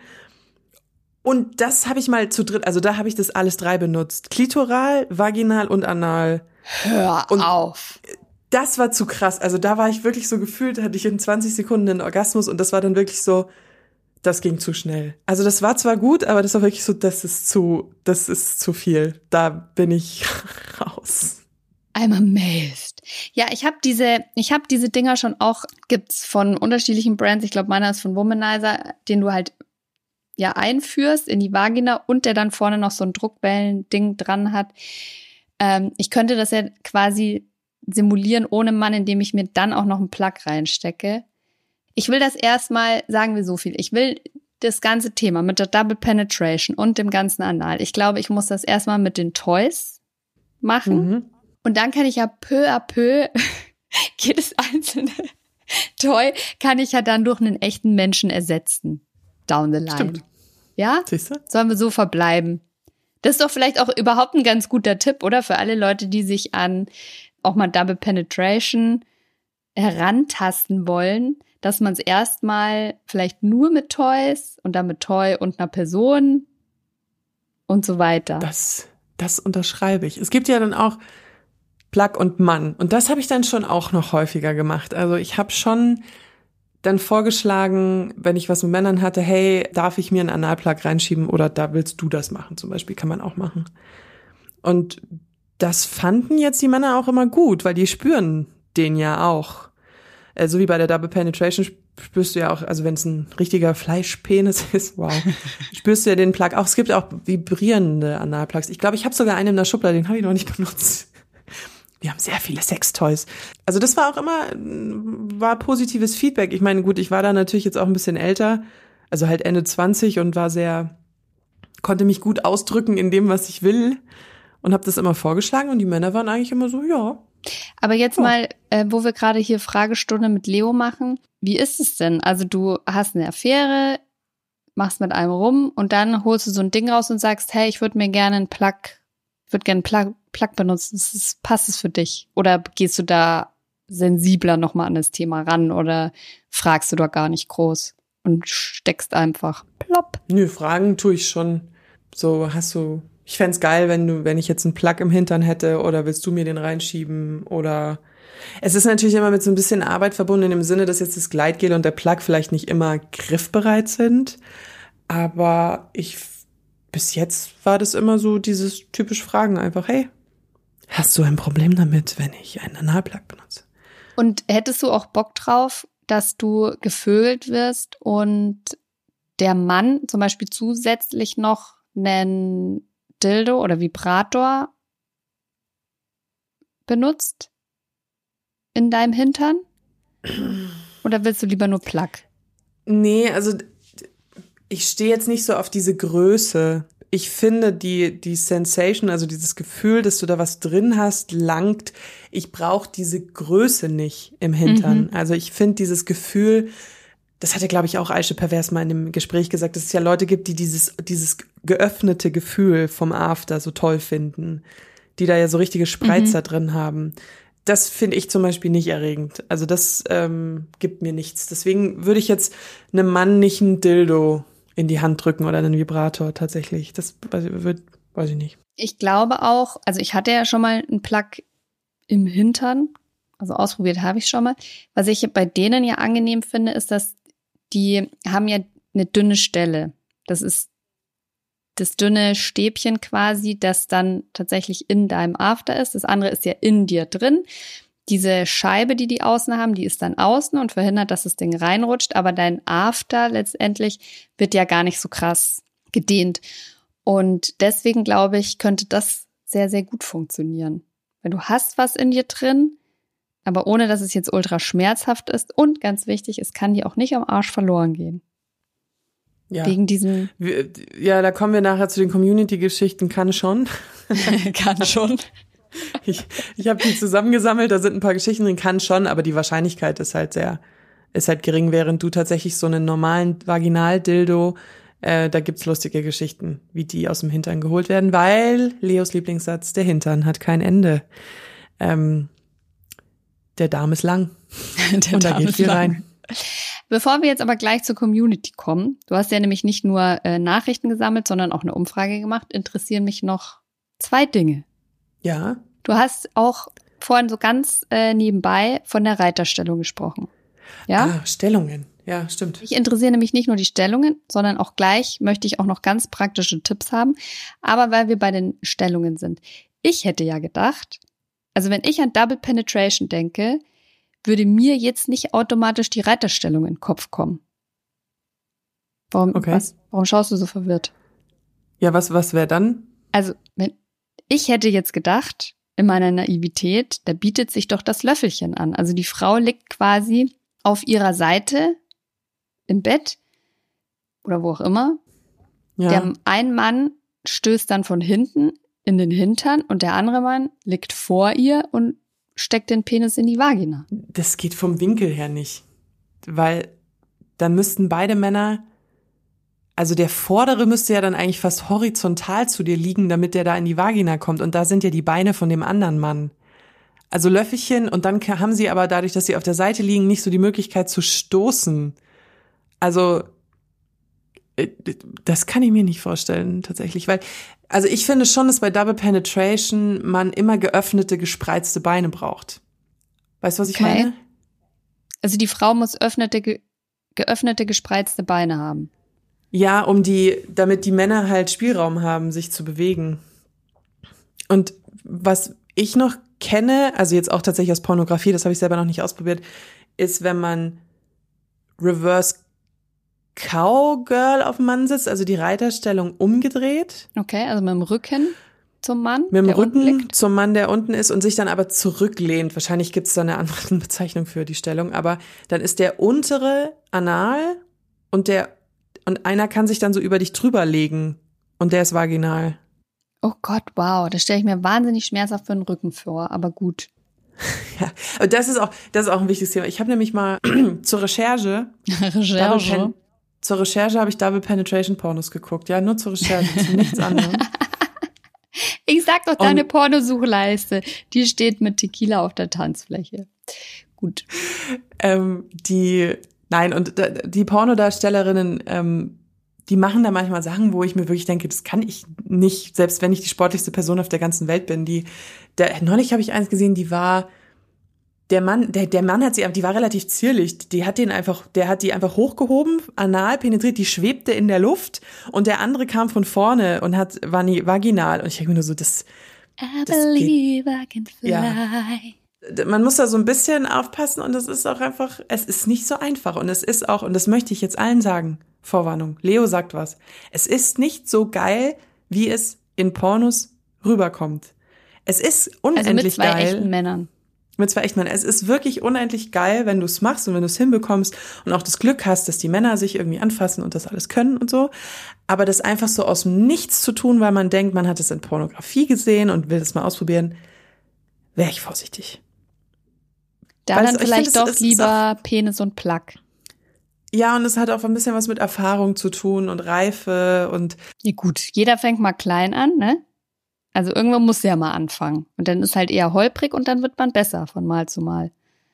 Und das habe ich mal zu dritt, also da habe ich das alles 3 benutzt. Klitoral, vaginal und anal. Hör auf. Das war zu krass. Also da war ich wirklich so gefühlt, hatte ich in 20 Sekunden einen Orgasmus und das war dann wirklich so, das ging zu schnell. Also das war zwar gut, aber das war wirklich so, das ist zu viel. Da bin ich raus. I'm amazed. Ja, ich habe diese Dinger schon auch, gibt's von unterschiedlichen Brands. Ich glaube, meiner ist von Womanizer, den du halt einführst in die Vagina und der dann vorne noch so ein Druckwellen-Ding dran hat. Ich könnte das ja quasi simulieren ohne Mann, indem ich mir dann auch noch einen Plug reinstecke. Ich will das erstmal, sagen wir so viel, ich will das ganze Thema mit der Double Penetration und dem ganzen Anal. Ich glaube, ich muss das erstmal mit den Toys machen. Mhm. Und dann kann ich ja peu à peu jedes einzelne Toy kann ich ja dann durch einen echten Menschen ersetzen. Down the line. Stimmt. Ja? Siehst du? Sollen wir so verbleiben? Das ist doch vielleicht auch überhaupt ein ganz guter Tipp, oder? Für alle Leute, die sich an auch mal Double Penetration herantasten wollen, dass man es erstmal vielleicht nur mit Toys und dann mit Toy und einer Person und so weiter. Das unterschreibe ich. Es gibt ja dann auch Plug und Mann. Und das habe ich dann schon auch noch häufiger gemacht. Also ich habe schon dann vorgeschlagen, wenn ich was mit Männern hatte, hey, darf ich mir einen Analplug reinschieben oder da willst du das machen zum Beispiel, kann man auch machen. Und das fanden jetzt die Männer auch immer gut, weil die spüren den ja auch. So wie bei der Double Penetration spürst du ja auch, also wenn es ein richtiger Fleischpenis ist, wow, spürst du ja den Plug auch. Es gibt auch vibrierende Analplugs. Ich glaube, ich habe sogar einen in der Schublade, den habe ich noch nicht benutzt. Wir haben sehr viele Sextoys. Also das war auch immer, war positives Feedback. Ich meine, gut, ich war da natürlich jetzt auch ein bisschen älter, also halt Ende 20 und konnte mich gut ausdrücken in dem, was ich will und habe das immer vorgeschlagen und die Männer waren eigentlich immer so, ja. Aber jetzt mal, wo wir gerade hier Fragestunde mit Leo machen, wie ist es denn? Also du hast eine Affäre, machst mit einem rum und dann holst du so ein Ding raus und sagst, hey, ich würde gerne einen Plug benutzen. Passt es für dich? Oder gehst du da sensibler nochmal an das Thema ran oder fragst du da gar nicht groß und steckst einfach plopp? Nö, fragen tue ich schon. So, ich fänd's geil, wenn ich jetzt einen Plug im Hintern hätte oder willst du mir den reinschieben oder es ist natürlich immer mit so ein bisschen Arbeit verbunden im Sinne, dass jetzt das Gleitgel und der Plug vielleicht nicht immer griffbereit sind, aber bis jetzt war das immer so dieses typische Fragen einfach, hey, hast du ein Problem damit, wenn ich einen Analplug benutze? Und hättest du auch Bock drauf, dass du gevögelt wirst und der Mann zum Beispiel zusätzlich noch einen Dildo oder Vibrator benutzt in deinem Hintern? Oder willst du lieber nur Plug? Nee, also ich stehe jetzt nicht so auf diese Größe. Ich finde die Sensation, also dieses Gefühl, dass du da was drin hast, langt. Ich brauche diese Größe nicht im Hintern. Also ich finde dieses Gefühl, das hatte, glaube ich, auch Aische Pervers mal in dem Gespräch gesagt, dass es ja Leute gibt, die dieses geöffnete Gefühl vom After so toll finden, die da ja so richtige Spreizer drin haben. Das finde ich zum Beispiel nicht erregend. Also das gibt mir nichts. Deswegen würde ich jetzt einem Mann nicht ein Dildo in die Hand drücken oder einen Vibrator tatsächlich. Das weiß ich nicht. Ich glaube auch, also ich hatte ja schon mal einen Plug im Hintern, also ausprobiert habe ich schon mal. Was ich bei denen ja angenehm finde, ist, dass die haben ja eine dünne Stelle. Das ist das dünne Stäbchen quasi, das dann tatsächlich in deinem After ist. Das andere ist ja in dir drin. Diese Scheibe, die außen haben, die ist dann außen und verhindert, dass das Ding reinrutscht. Aber dein After letztendlich wird ja gar nicht so krass gedehnt. Und deswegen glaube ich, könnte das sehr, sehr gut funktionieren. Wenn du hast was in dir drin, aber ohne, dass es jetzt ultra schmerzhaft ist. Und ganz wichtig, es kann dir auch nicht am Arsch verloren gehen. Ja. Wegen diesem. Ja, da kommen wir nachher zu den Community-Geschichten. Kann schon. Kann schon. Ich habe die zusammengesammelt, da sind ein paar Geschichten drin, kann schon, aber die Wahrscheinlichkeit ist halt gering, während du tatsächlich so einen normalen Vaginaldildo, da gibt's lustige Geschichten, wie die aus dem Hintern geholt werden, weil Leos Lieblingssatz, der Hintern hat kein Ende. Der Darm ist lang. Und da geht viel rein. Bevor wir jetzt aber gleich zur Community kommen, du hast ja nämlich nicht nur Nachrichten gesammelt, sondern auch eine Umfrage gemacht, interessieren mich noch 2 Dinge. Ja. Du hast auch vorhin so ganz nebenbei von der Reiterstellung gesprochen. Ja? Ah, Stellungen. Ja, stimmt. Mich interessieren nämlich nicht nur die Stellungen, sondern auch gleich möchte ich auch noch ganz praktische Tipps haben. Aber weil wir bei den Stellungen sind. Ich hätte ja gedacht, also wenn ich an Double Penetration denke, würde mir jetzt nicht automatisch die Reiterstellung in den Kopf kommen. Warum schaust du so verwirrt? Ja, was wäre dann? Also, ich hätte jetzt gedacht, in meiner Naivität, da bietet sich doch das Löffelchen an. Also die Frau liegt quasi auf ihrer Seite im Bett oder wo auch immer. Ja. Der ein Mann stößt dann von hinten in den Hintern und der andere Mann liegt vor ihr und steckt den Penis in die Vagina. Das geht vom Winkel her nicht, weil dann müssten beide Männer, also der Vordere müsste ja dann eigentlich fast horizontal zu dir liegen, damit der da in die Vagina kommt und da sind ja die Beine von dem anderen Mann. Also Löffelchen und dann haben sie aber dadurch, dass sie auf der Seite liegen, nicht so die Möglichkeit zu stoßen. Also Das kann ich mir nicht vorstellen, tatsächlich, weil, also ich finde schon, dass bei Double Penetration man immer geöffnete, gespreizte Beine braucht. Weißt du, was ich meine? Also die Frau muss geöffnete, gespreizte Beine haben. Ja, damit die Männer halt Spielraum haben, sich zu bewegen. Und was ich noch kenne, also jetzt auch tatsächlich aus Pornografie, das habe ich selber noch nicht ausprobiert, ist, wenn man Reverse Cowgirl auf dem Mann sitzt, also die Reiterstellung umgedreht. Okay, also mit dem Rücken zum Mann, mit dem der unten Rücken liegt. zum Mann, der unten ist und sich dann aber zurücklehnt. Wahrscheinlich gibt es da eine andere Bezeichnung für die Stellung, aber dann ist der untere anal und einer kann sich dann so über dich drüber legen und der ist vaginal. Oh Gott, wow, das stelle ich mir wahnsinnig schmerzhaft für den Rücken vor, aber gut. Ja, aber das ist auch ein wichtiges Thema. Ich habe nämlich mal zur Recherche habe ich Double Penetration Pornos geguckt. Ja, nur zur Recherche, zu nichts anderem. Ich sag doch, deine Pornosuchleiste, die steht mit Tequila auf der Tanzfläche. Gut. Die Pornodarstellerinnen, die machen da manchmal Sachen, wo ich mir wirklich denke, das kann ich nicht, selbst wenn ich die sportlichste Person auf der ganzen Welt bin. Neulich habe ich eins gesehen, der Mann hat sie, die war relativ zierlich, der hat die einfach hochgehoben, anal penetriert, die schwebte in der Luft und der andere kam von vorne und war nie vaginal und ich denke mir nur so, I believe I can fly. Ja. Man muss da so ein bisschen aufpassen und es ist nicht so einfach und es ist auch, und das möchte ich jetzt allen sagen, Vorwarnung, Leo sagt was, es ist nicht so geil, wie es in Pornos rüberkommt. Es ist unendlich geil. Also mit zwei echten Männern. Mit zwei echten Männern. Es ist wirklich unendlich geil, wenn du es machst und wenn du es hinbekommst und auch das Glück hast, dass die Männer sich irgendwie anfassen und das alles können und so. Aber das einfach so aus dem Nichts zu tun, weil man denkt, man hat es in Pornografie gesehen und will es mal ausprobieren, wäre ich vorsichtig. Dann vielleicht doch lieber Penis und Plug. Ja, und es hat auch ein bisschen was mit Erfahrung zu tun und Reife und. Ja gut, jeder fängt mal klein an, ne? Also irgendwann muss ja mal anfangen. Und dann ist halt eher holprig und dann wird man besser von Mal zu Mal.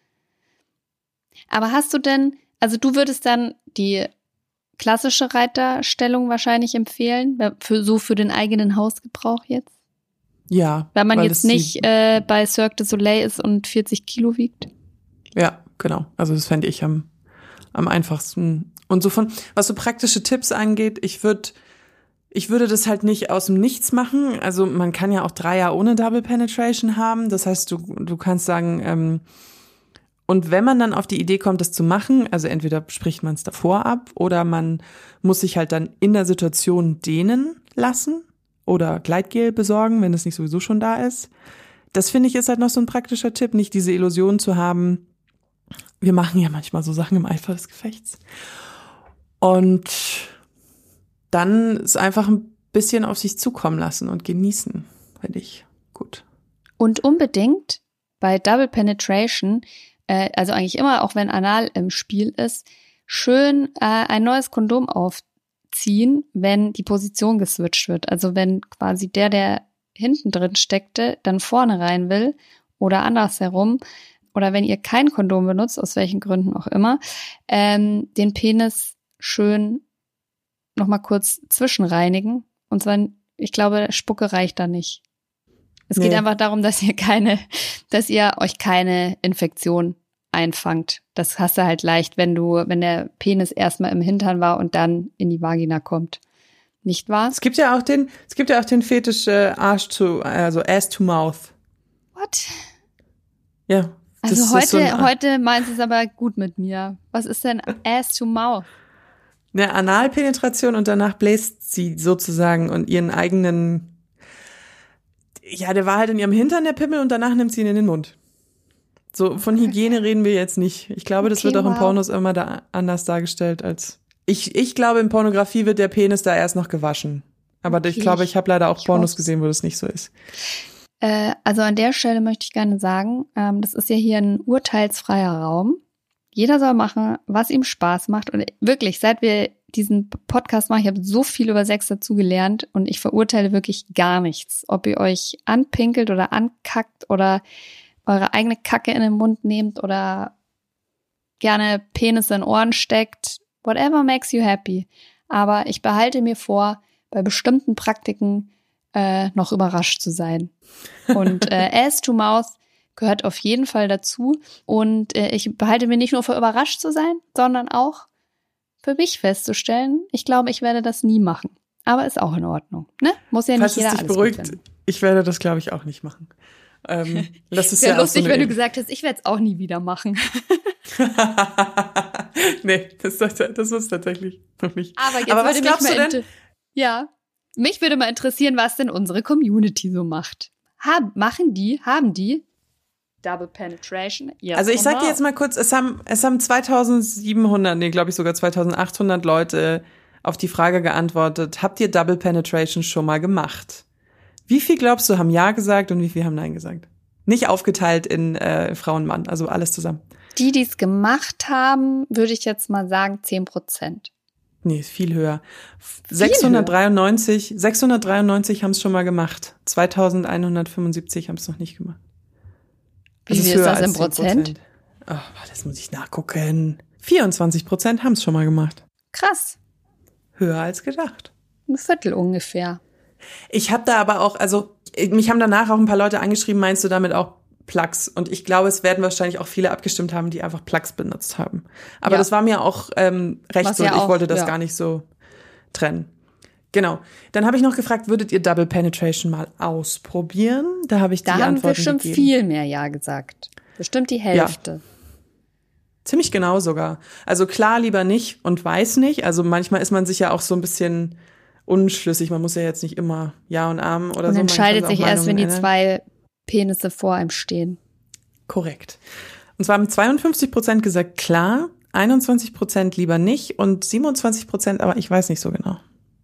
Aber hast du denn, also du würdest dann die klassische Reiterstellung wahrscheinlich empfehlen, für den eigenen Hausgebrauch jetzt? Ja. Weil man jetzt nicht bei Cirque du Soleil ist und 40 Kilo wiegt? Ja, genau. Also das fände ich am einfachsten. Und so was so praktische Tipps angeht, ich würde das halt nicht aus dem Nichts machen. Also man kann ja auch 3 Jahre ohne Double Penetration haben. Das heißt, du kannst sagen, und wenn man dann auf die Idee kommt, das zu machen, also entweder spricht man es davor ab oder man muss sich halt dann in der Situation dehnen lassen oder Gleitgel besorgen, wenn es nicht sowieso schon da ist. Das finde ich ist halt noch so ein praktischer Tipp, nicht diese Illusion zu haben. Wir machen ja manchmal so Sachen im Eifer des Gefechts. Und dann ist einfach ein bisschen auf sich zukommen lassen und genießen, finde ich gut. Und unbedingt bei Double Penetration, also eigentlich immer, auch wenn Anal im Spiel ist, schön ein neues Kondom aufziehen, wenn die Position geswitcht wird. Also wenn quasi der hinten drin steckte, dann vorne rein will oder andersherum. Oder wenn ihr kein Kondom benutzt, aus welchen Gründen auch immer, den Penis schön nochmal kurz zwischenreinigen. Und zwar, ich glaube, Spucke reicht da nicht. Es geht einfach darum, dass ihr euch keine Infektion einfangt. Das hast du halt leicht, wenn der Penis erstmal im Hintern war und dann in die Vagina kommt. Nicht wahr? Es gibt ja auch den Fetisch Ass to Mouth. What? Ja. Also heute meinst du es aber gut mit mir. Was ist denn Ass to Mouth? Eine Analpenetration und danach bläst sie sozusagen und ihren eigenen, ja, der war halt in ihrem Hintern der Pimmel und danach nimmt sie ihn in den Mund. So, von Hygiene reden wir jetzt nicht. Ich glaube, das wird auch in Pornos immer da anders dargestellt als, ich glaube, in Pornografie wird der Penis da erst noch gewaschen. Aber ich glaube, ich habe leider auch Pornos gesehen, wo das nicht so ist. Also an der Stelle möchte ich gerne sagen, das ist ja hier ein urteilsfreier Raum. Jeder soll machen, was ihm Spaß macht. Und wirklich, seit wir diesen Podcast machen, ich habe so viel über Sex dazu gelernt und ich verurteile wirklich gar nichts. Ob ihr euch anpinkelt oder ankackt oder eure eigene Kacke in den Mund nehmt oder gerne Penis in Ohren steckt. Whatever makes you happy. Aber ich behalte mir vor, bei bestimmten Praktiken noch überrascht zu sein. Und Ass to Mouth gehört auf jeden Fall dazu. Und ich behalte mir nicht nur vor, überrascht zu sein, sondern auch für mich festzustellen, ich glaube, ich werde das nie machen. Aber ist auch in Ordnung. Ne? Muss ja nicht jeder alles beruhigt, ich werde das, glaube ich, auch nicht machen. Das ist wäre ja lustig, so wenn du gesagt hast, ich werde es auch nie wieder machen. Nee, das ist tatsächlich noch nicht. Aber was glaubst du denn? Ja, mich würde mal interessieren, was denn unsere Community so macht. Haben die Double Penetration? Yes, also ich sag dir jetzt mal kurz, es haben 2700, nee, glaube ich sogar 2800 Leute auf die Frage geantwortet, habt ihr Double Penetration schon mal gemacht? Wie viel glaubst du, haben Ja gesagt und wie viel haben Nein gesagt? Nicht aufgeteilt in Frau und Mann, also alles zusammen. Die es gemacht haben, würde ich jetzt mal sagen 10%. Nee, ist viel höher. 693 haben es schon mal gemacht. 2175 haben es noch nicht gemacht. Wie viel ist das in Prozent? Oh, das muss ich nachgucken. 24% haben es schon mal gemacht. Krass. Höher als gedacht. Ein Viertel ungefähr. Ich habe da aber auch, also mich haben danach auch ein paar Leute angeschrieben, meinst du damit auch Plugs? Und ich glaube, es werden wahrscheinlich auch viele abgestimmt haben, die einfach Plugs benutzt haben. Aber das war mir auch recht so, und ich wollte das gar nicht so trennen. Genau. Dann habe ich noch gefragt, würdet ihr Double Penetration mal ausprobieren? Da habe ich die Antworten gegeben. Da haben bestimmt viel mehr Ja gesagt. Bestimmt die Hälfte. Ja. Ziemlich genau sogar. Also klar, lieber nicht und weiß nicht. Also manchmal ist man sich ja auch so ein bisschen unschlüssig. Man muss ja jetzt nicht immer Ja und Amen oder so. Man entscheidet sich erst, wenn die zwei Penisse vor einem stehen. Korrekt. Und zwar haben 52% gesagt klar, 21% lieber nicht und 27% aber ich weiß nicht so genau.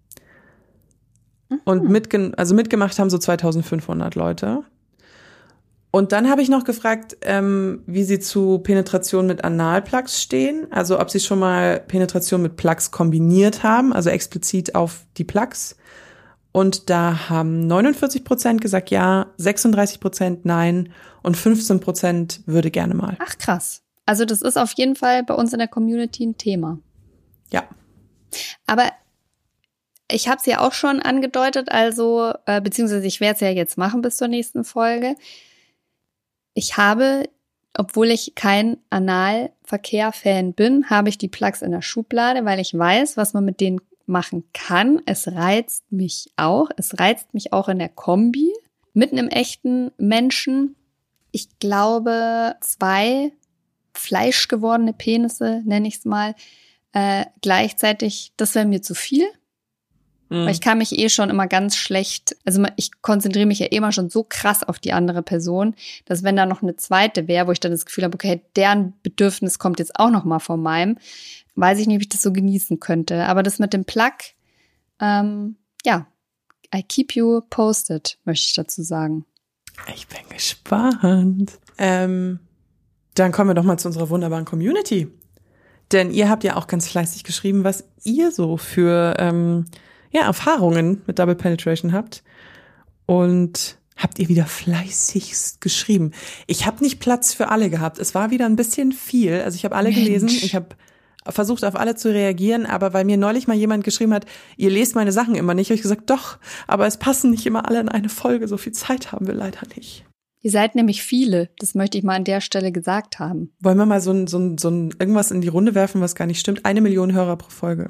Und mitgemacht haben so 2500 Leute. Und dann habe ich noch gefragt, wie sie zu Penetration mit Analplugs stehen. Also ob sie schon mal Penetration mit Plugs kombiniert haben, also explizit auf die Plugs. Und da haben 49% gesagt ja, 36% nein und 15% würde gerne mal. Ach krass. Also das ist auf jeden Fall bei uns in der Community ein Thema. Ja. Aber ich habe es ja auch schon angedeutet, also beziehungsweise ich werde es ja jetzt machen bis zur nächsten Folge. Ich habe, obwohl ich kein Analverkehr-Fan bin, habe ich die Plugs in der Schublade, weil ich weiß, was man mit denen machen kann. Es reizt mich auch. Es reizt mich auch in der Kombi mit einem echten Menschen. Ich glaube, 2 fleischgewordene Penisse, nenne ich es mal, gleichzeitig, das wäre mir zu viel. Weil ich kann mich schon immer ganz schlecht, also ich konzentriere mich ja immer schon so krass auf die andere Person, dass wenn da noch eine zweite wäre, wo ich dann das Gefühl habe, okay, deren Bedürfnis kommt jetzt auch noch mal von meinem, weiß ich nicht, ob ich das so genießen könnte. Aber das mit dem Plug, I keep you posted, möchte ich dazu sagen. Ich bin gespannt. Dann kommen wir doch mal zu unserer wunderbaren Community. Denn ihr habt ja auch ganz fleißig geschrieben, was ihr so für Erfahrungen mit Double Penetration habt. Und habt ihr wieder fleißigst geschrieben. Ich habe nicht Platz für alle gehabt. Es war wieder ein bisschen viel. Also ich habe alle gelesen. Ich habe versucht, auf alle zu reagieren. Aber weil mir neulich mal jemand geschrieben hat, ihr lest meine Sachen immer nicht, habe ich gesagt, doch, aber es passen nicht immer alle in eine Folge. So viel Zeit haben wir leider nicht. Ihr seid nämlich viele. Das möchte ich mal an der Stelle gesagt haben. Wollen wir mal so ein irgendwas in die Runde werfen, was gar nicht stimmt? 1 Million Hörer pro Folge.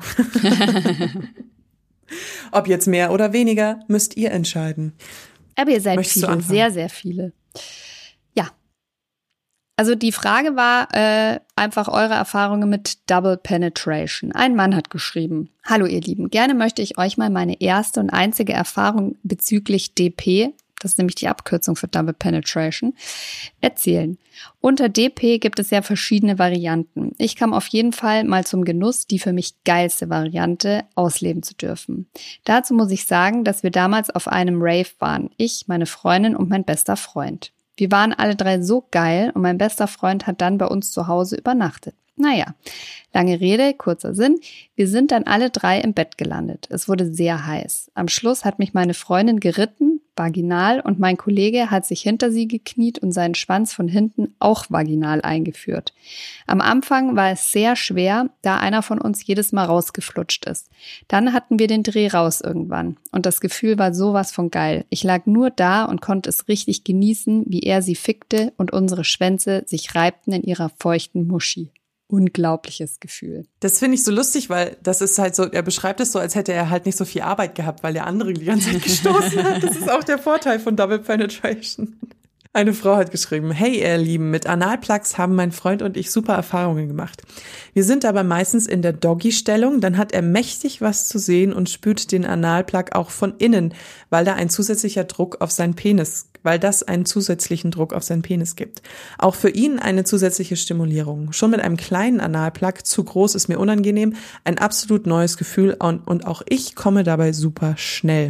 Ob jetzt mehr oder weniger, müsst ihr entscheiden. Aber ihr seid viele, sehr, sehr viele. Ja. Also die Frage war einfach eure Erfahrungen mit Double Penetration. Ein Mann hat geschrieben: Hallo ihr Lieben, gerne möchte ich euch mal meine erste und einzige Erfahrung bezüglich DP, das ist nämlich die Abkürzung für Double Penetration, erzählen. Unter DP gibt es ja verschiedene Varianten. Ich kam auf jeden Fall mal zum Genuss, die für mich geilste Variante ausleben zu dürfen. Dazu muss ich sagen, dass wir damals auf einem Rave waren. Ich, meine Freundin und mein bester Freund. Wir waren alle 3 so geil und mein bester Freund hat dann bei uns zu Hause übernachtet. Naja, lange Rede, kurzer Sinn. Wir sind dann alle 3 im Bett gelandet. Es wurde sehr heiß. Am Schluss hat mich meine Freundin geritten, vaginal und mein Kollege hat sich hinter sie gekniet und seinen Schwanz von hinten auch vaginal eingeführt. Am Anfang war es sehr schwer, da einer von uns jedes Mal rausgeflutscht ist. Dann hatten wir den Dreh raus irgendwann und das Gefühl war sowas von geil. Ich lag nur da und konnte es richtig genießen, wie er sie fickte und unsere Schwänze sich reibten in ihrer feuchten Muschi. Unglaubliches Gefühl. Das finde ich so lustig, weil das ist halt so, er beschreibt es so, als hätte er halt nicht so viel Arbeit gehabt, weil der andere die ganze Zeit gestoßen hat. Das ist auch der Vorteil von Double Penetration. Eine Frau hat geschrieben, hey ihr Lieben, mit Analplugs haben mein Freund und ich super Erfahrungen gemacht. Wir sind aber meistens in der Doggy-Stellung, dann hat er mächtig was zu sehen und spürt den Analplug auch von innen, weil das einen zusätzlichen Druck auf seinen Penis gibt. Auch für ihn eine zusätzliche Stimulierung. Schon mit einem kleinen Analplug, zu groß ist mir unangenehm, ein absolut neues Gefühl und auch ich komme dabei super schnell.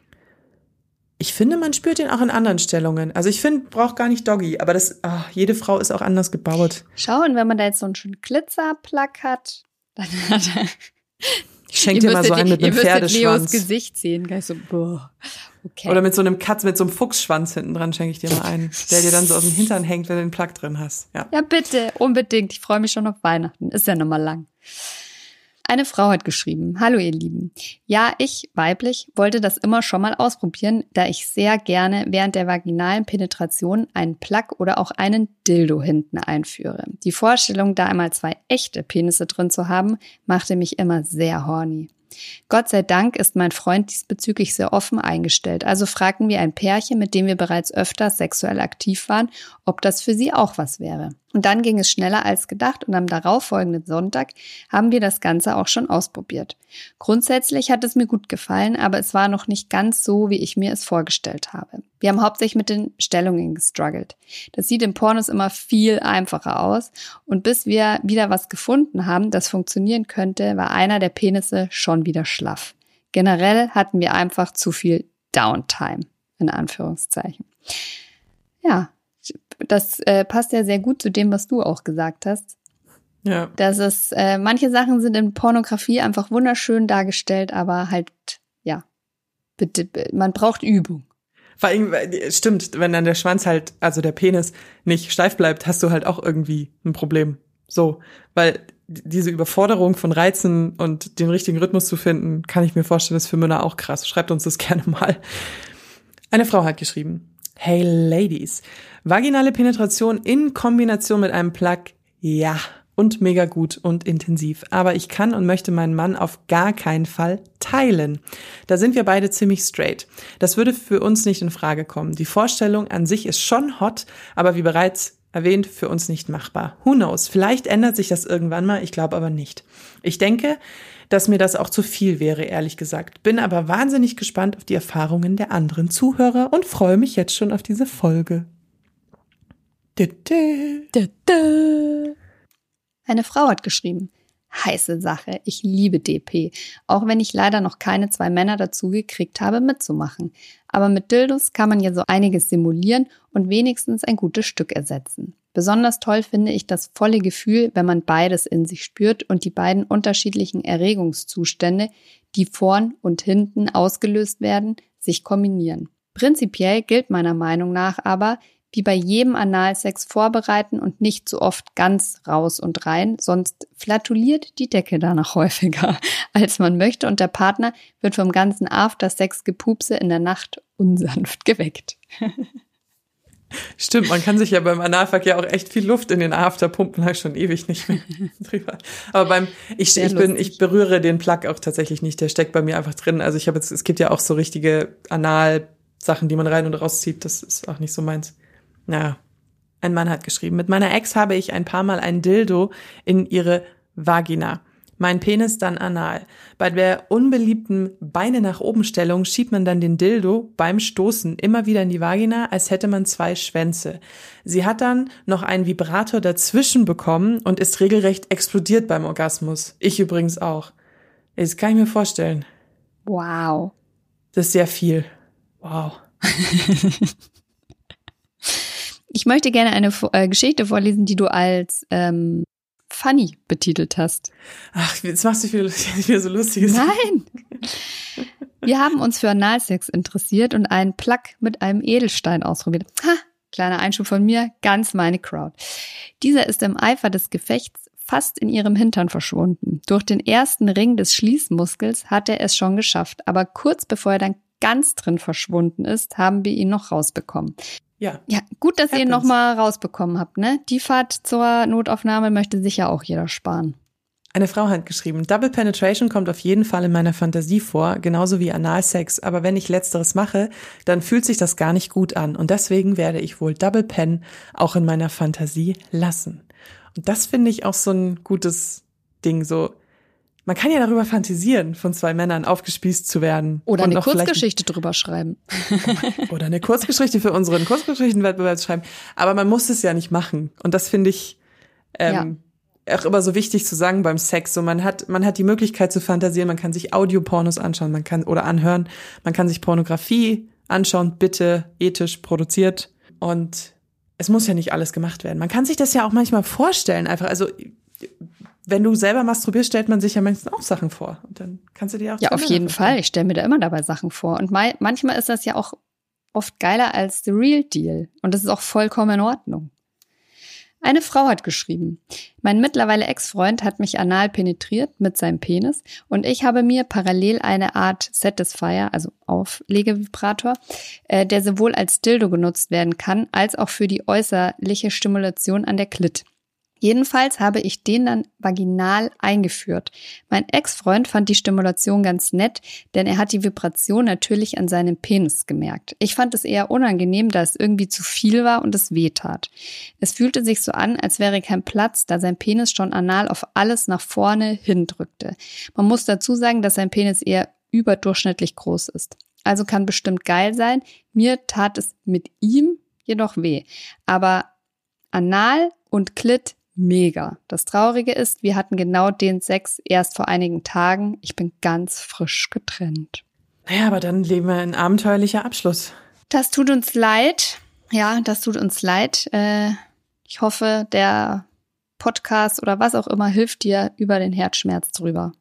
Ich finde, man spürt ihn auch in anderen Stellungen. Also ich finde, braucht gar nicht Doggy, aber jede Frau ist auch anders gebaut. Schau, und wenn man da jetzt so einen schönen Glitzerplug hat, dann hat er... Ich schenke dir mal so einen mit einem Pferdeschwanz. Leos Gesicht sehen, gleich so, boah, okay. Oder mit so einem so einem Fuchsschwanz hinten dran schenke ich dir mal einen, der dir dann so aus dem Hintern hängt, wenn du den Plug drin hast. Ja, bitte, unbedingt. Ich freue mich schon auf Weihnachten. Ist ja noch mal lang. Eine Frau hat geschrieben, hallo ihr Lieben. Ja, ich, weiblich, wollte das immer schon mal ausprobieren, da ich sehr gerne während der vaginalen Penetration einen Plug oder auch einen Dildo hinten einführe. Die Vorstellung, da einmal 2 echte Penisse drin zu haben, machte mich immer sehr horny. Gott sei Dank ist mein Freund diesbezüglich sehr offen eingestellt, also fragten wir ein Pärchen, mit dem wir bereits öfter sexuell aktiv waren, ob das für sie auch was wäre. Und dann ging es schneller als gedacht und am darauffolgenden Sonntag haben wir das Ganze auch schon ausprobiert. Grundsätzlich hat es mir gut gefallen, aber es war noch nicht ganz so, wie ich mir es vorgestellt habe. Wir haben hauptsächlich mit den Stellungen gestruggelt. Das sieht in Pornos immer viel einfacher aus und bis wir wieder was gefunden haben, das funktionieren könnte, war einer der Penisse schon wieder schlaff. Generell hatten wir einfach zu viel Downtime, in Anführungszeichen. Ja, das passt ja sehr gut zu dem, was du auch gesagt hast. Ja. Dass es, manche Sachen sind in Pornografie einfach wunderschön dargestellt, aber halt, ja, bitte, man braucht Übung. Vor allem, stimmt, wenn dann der Schwanz halt, also der Penis, nicht steif bleibt, hast du halt auch irgendwie ein Problem. So, weil diese Überforderung von Reizen und den richtigen Rhythmus zu finden, kann ich mir vorstellen, ist für Männer auch krass. Schreibt uns das gerne mal. Eine Frau hat geschrieben, hey Ladies, vaginale Penetration in Kombination mit einem Plug, ja, und mega gut und intensiv. Aber ich kann und möchte meinen Mann auf gar keinen Fall teilen. Da sind wir beide ziemlich straight. Das würde für uns nicht in Frage kommen. Die Vorstellung an sich ist schon hot, aber wie bereits erwähnt, für uns nicht machbar. Who knows? Vielleicht ändert sich das irgendwann mal, ich glaube aber nicht. Ich denke, dass mir das auch zu viel wäre, ehrlich gesagt. Bin aber wahnsinnig gespannt auf die Erfahrungen der anderen Zuhörer und freue mich jetzt schon auf diese Folge. Eine Frau hat geschrieben, heiße Sache, ich liebe DP, auch wenn ich leider noch keine 2 Männer dazu gekriegt habe, mitzumachen. Aber mit Dildos kann man ja so einiges simulieren und wenigstens ein gutes Stück ersetzen. Besonders toll finde ich das volle Gefühl, wenn man beides in sich spürt und die beiden unterschiedlichen Erregungszustände, die vorn und hinten ausgelöst werden, sich kombinieren. Prinzipiell gilt meiner Meinung nach aber, wie bei jedem Analsex vorbereiten und nicht so oft ganz raus und rein, sonst flatuliert die Decke danach häufiger, als man möchte und der Partner wird vom ganzen After-Sex-Gepupse in der Nacht unsanft geweckt. Stimmt, man kann sich ja beim Analverkehr auch echt viel Luft in den After pumpen, habe ich schon ewig nicht mehr drüber. Aber ich berühre den Plug auch tatsächlich nicht, der steckt bei mir einfach drin. Also es gibt ja auch so richtige Anal-Sachen, die man rein und rauszieht, das ist auch nicht so meins. Ja, ein Mann hat geschrieben, mit meiner Ex habe ich ein paar Mal ein Dildo in ihre Vagina. Mein Penis dann anal. Bei der unbeliebten Beine nach oben Stellung schiebt man dann den Dildo beim Stoßen immer wieder in die Vagina, als hätte man 2 Schwänze. Sie hat dann noch einen Vibrator dazwischen bekommen und ist regelrecht explodiert beim Orgasmus. Ich übrigens auch. Das kann ich mir vorstellen. Wow. Das ist sehr viel. Wow. Ich möchte gerne eine Geschichte vorlesen, die du als funny betitelt hast. Ach, jetzt machst du wieder so Lustiges. Nein. Wir haben uns für Analsex interessiert und einen Plug mit einem Edelstein ausprobiert. Ha, kleiner Einschub von mir, ganz meine Crowd. Dieser ist im Eifer des Gefechts fast in ihrem Hintern verschwunden. Durch den ersten Ring des Schließmuskels hat er es schon geschafft, aber kurz bevor er dann ganz drin verschwunden ist, haben wir ihn noch rausbekommen. Ja, gut, dass ihr ihn noch mal rausbekommen habt, ne? Die Fahrt zur Notaufnahme möchte sicher auch jeder sparen. Eine Frau hat geschrieben, Double Penetration kommt auf jeden Fall in meiner Fantasie vor, genauso wie Analsex, aber wenn ich Letzteres mache, dann fühlt sich das gar nicht gut an und deswegen werde ich wohl Double Pen auch in meiner Fantasie lassen. Und das finde ich auch so ein gutes Ding, so, man kann ja darüber fantasieren, von zwei Männern aufgespießt zu werden. Oder eine Kurzgeschichte drüber schreiben. Oder eine Kurzgeschichte für unseren Kurzgeschichtenwettbewerb schreiben. Aber man muss es ja nicht machen. Und das finde ich auch immer so wichtig zu sagen beim Sex. So, man hat die Möglichkeit zu fantasieren, man kann sich Audiopornos anschauen, oder anhören, man kann sich Pornografie anschauen, bitte ethisch produziert. Und es muss ja nicht alles gemacht werden. Man kann sich das ja auch manchmal vorstellen, einfach. Also, wenn du selber masturbierst, stellt man sich ja manchmal auch Sachen vor. Und dann kannst du dir auch. Ja, auf jeden Fall. Ich stelle mir da immer dabei Sachen vor. Und manchmal ist das ja auch oft geiler als the real deal. Und das ist auch vollkommen in Ordnung. Eine Frau hat geschrieben, mein mittlerweile Ex-Freund hat mich anal penetriert mit seinem Penis und ich habe mir parallel eine Art Satisfier, also Auflegevibrator, der sowohl als Dildo genutzt werden kann, als auch für die äußerliche Stimulation an der Klit. Jedenfalls habe ich den dann vaginal eingeführt. Mein Ex-Freund fand die Stimulation ganz nett, denn er hat die Vibration natürlich an seinem Penis gemerkt. Ich fand es eher unangenehm, da es irgendwie zu viel war und es wehtat. Es fühlte sich so an, als wäre kein Platz, da sein Penis schon anal auf alles nach vorne hindrückte. Man muss dazu sagen, dass sein Penis eher überdurchschnittlich groß ist. Also kann bestimmt geil sein. Mir tat es mit ihm jedoch weh. Aber anal und Klit mega. Das Traurige ist, wir hatten genau den Sex erst vor einigen Tagen. Ich bin ganz frisch getrennt. Naja, aber dann leben wir ein abenteuerlicher Abschluss. Das tut uns leid. Ja, das tut uns leid. Ich hoffe, der Podcast oder was auch immer hilft dir über den Herzschmerz drüber.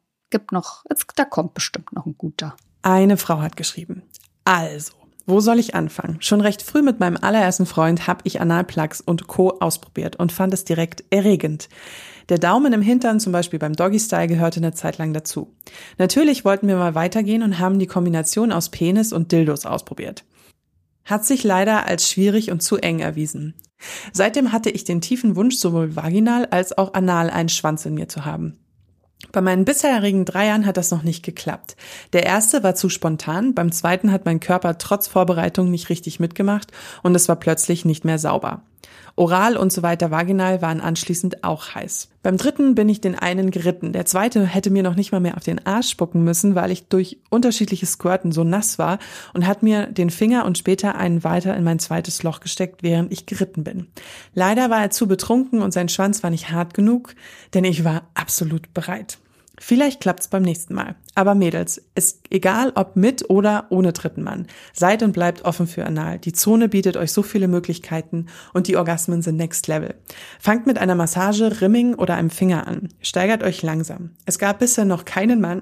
Da kommt bestimmt noch ein guter. Eine Frau hat geschrieben. Also, wo soll ich anfangen? Schon recht früh mit meinem allerersten Freund habe ich Analplugs und Co. ausprobiert und fand es direkt erregend. Der Daumen im Hintern, zum Beispiel beim Doggy-Style, gehörte eine Zeit lang dazu. Natürlich wollten wir mal weitergehen und haben die Kombination aus Penis und Dildos ausprobiert. Hat sich leider als schwierig und zu eng erwiesen. Seitdem hatte ich den tiefen Wunsch, sowohl vaginal als auch anal einen Schwanz in mir zu haben. Bei meinen bisherigen 3 Jahren hat das noch nicht geklappt. Der erste war zu spontan, beim zweiten hat mein Körper trotz Vorbereitung nicht richtig mitgemacht und es war plötzlich nicht mehr sauber. Oral und so weiter vaginal waren anschließend auch heiß. Beim dritten bin ich den einen geritten. Der zweite hätte mir noch nicht mal mehr auf den Arsch spucken müssen, weil ich durch unterschiedliches Squirten so nass war und hat mir den Finger und später einen weiter in mein zweites Loch gesteckt, während ich geritten bin. Leider war er zu betrunken und sein Schwanz war nicht hart genug, denn ich war absolut bereit. Vielleicht klappt's beim nächsten Mal. Aber Mädels, ist egal ob mit oder ohne dritten Mann. Seid und bleibt offen für Anal. Die Zone bietet euch so viele Möglichkeiten und die Orgasmen sind next level. Fangt mit einer Massage, Rimming oder einem Finger an. Steigert euch langsam. Es gab bisher noch keinen Mann,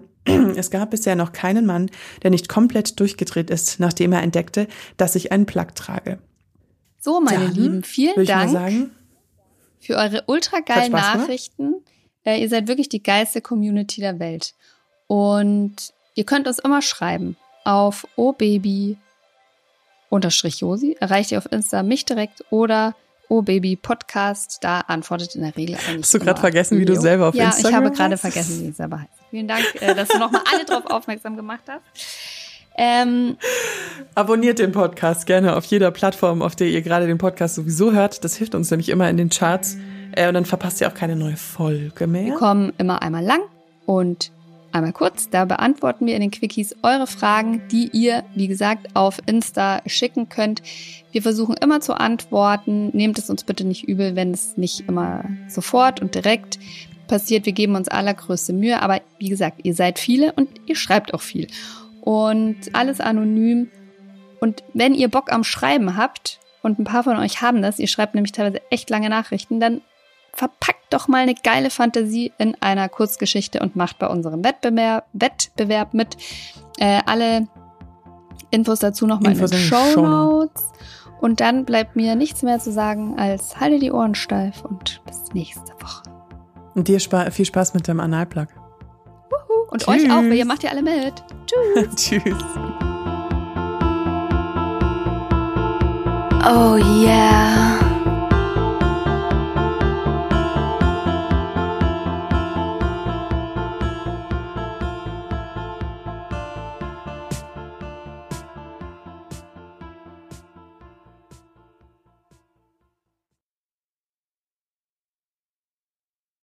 der nicht komplett durchgedreht ist, nachdem er entdeckte, dass ich einen Plug trage. So, meine Lieben, vielen Dank für eure ultra geilen Nachrichten. Ihr seid wirklich die geilste Community der Welt. Und ihr könnt uns immer schreiben auf obaby_josi. Erreicht ihr auf Insta mich direkt oder obabypodcast. Da antwortet in der Regel eigentlich. Hast du gerade vergessen, wie du selber auf Instagram Ja, ich habe gerade vergessen, wie ich selber heiße. Vielen Dank, dass du nochmal alle drauf aufmerksam gemacht hast. Abonniert den Podcast gerne auf jeder Plattform, auf der ihr gerade den Podcast sowieso hört. Das hilft uns nämlich immer in den Charts. Und dann verpasst ihr auch keine neue Folge mehr. Wir kommen immer einmal lang und einmal kurz. Da beantworten wir in den Quickies eure Fragen, die ihr, wie gesagt, auf Insta schicken könnt. Wir versuchen immer zu antworten. Nehmt es uns bitte nicht übel, wenn es nicht immer sofort und direkt passiert. Wir geben uns allergrößte Mühe. Aber wie gesagt, ihr seid viele und ihr schreibt auch viel. Und alles anonym. Und wenn ihr Bock am Schreiben habt, und ein paar von euch haben das, ihr schreibt nämlich teilweise echt lange Nachrichten, dann verpackt doch mal eine geile Fantasie in einer Kurzgeschichte und macht bei unserem Wettbewerb mit. Alle Infos dazu nochmal in den Shownotes. Und dann bleibt mir nichts mehr zu sagen als halte die Ohren steif und bis nächste Woche. Und dir viel Spaß mit dem Analplug. Und Tschüss. Euch auch, weil ihr macht ja alle mit. Tschüss. Tschüss. Oh yeah.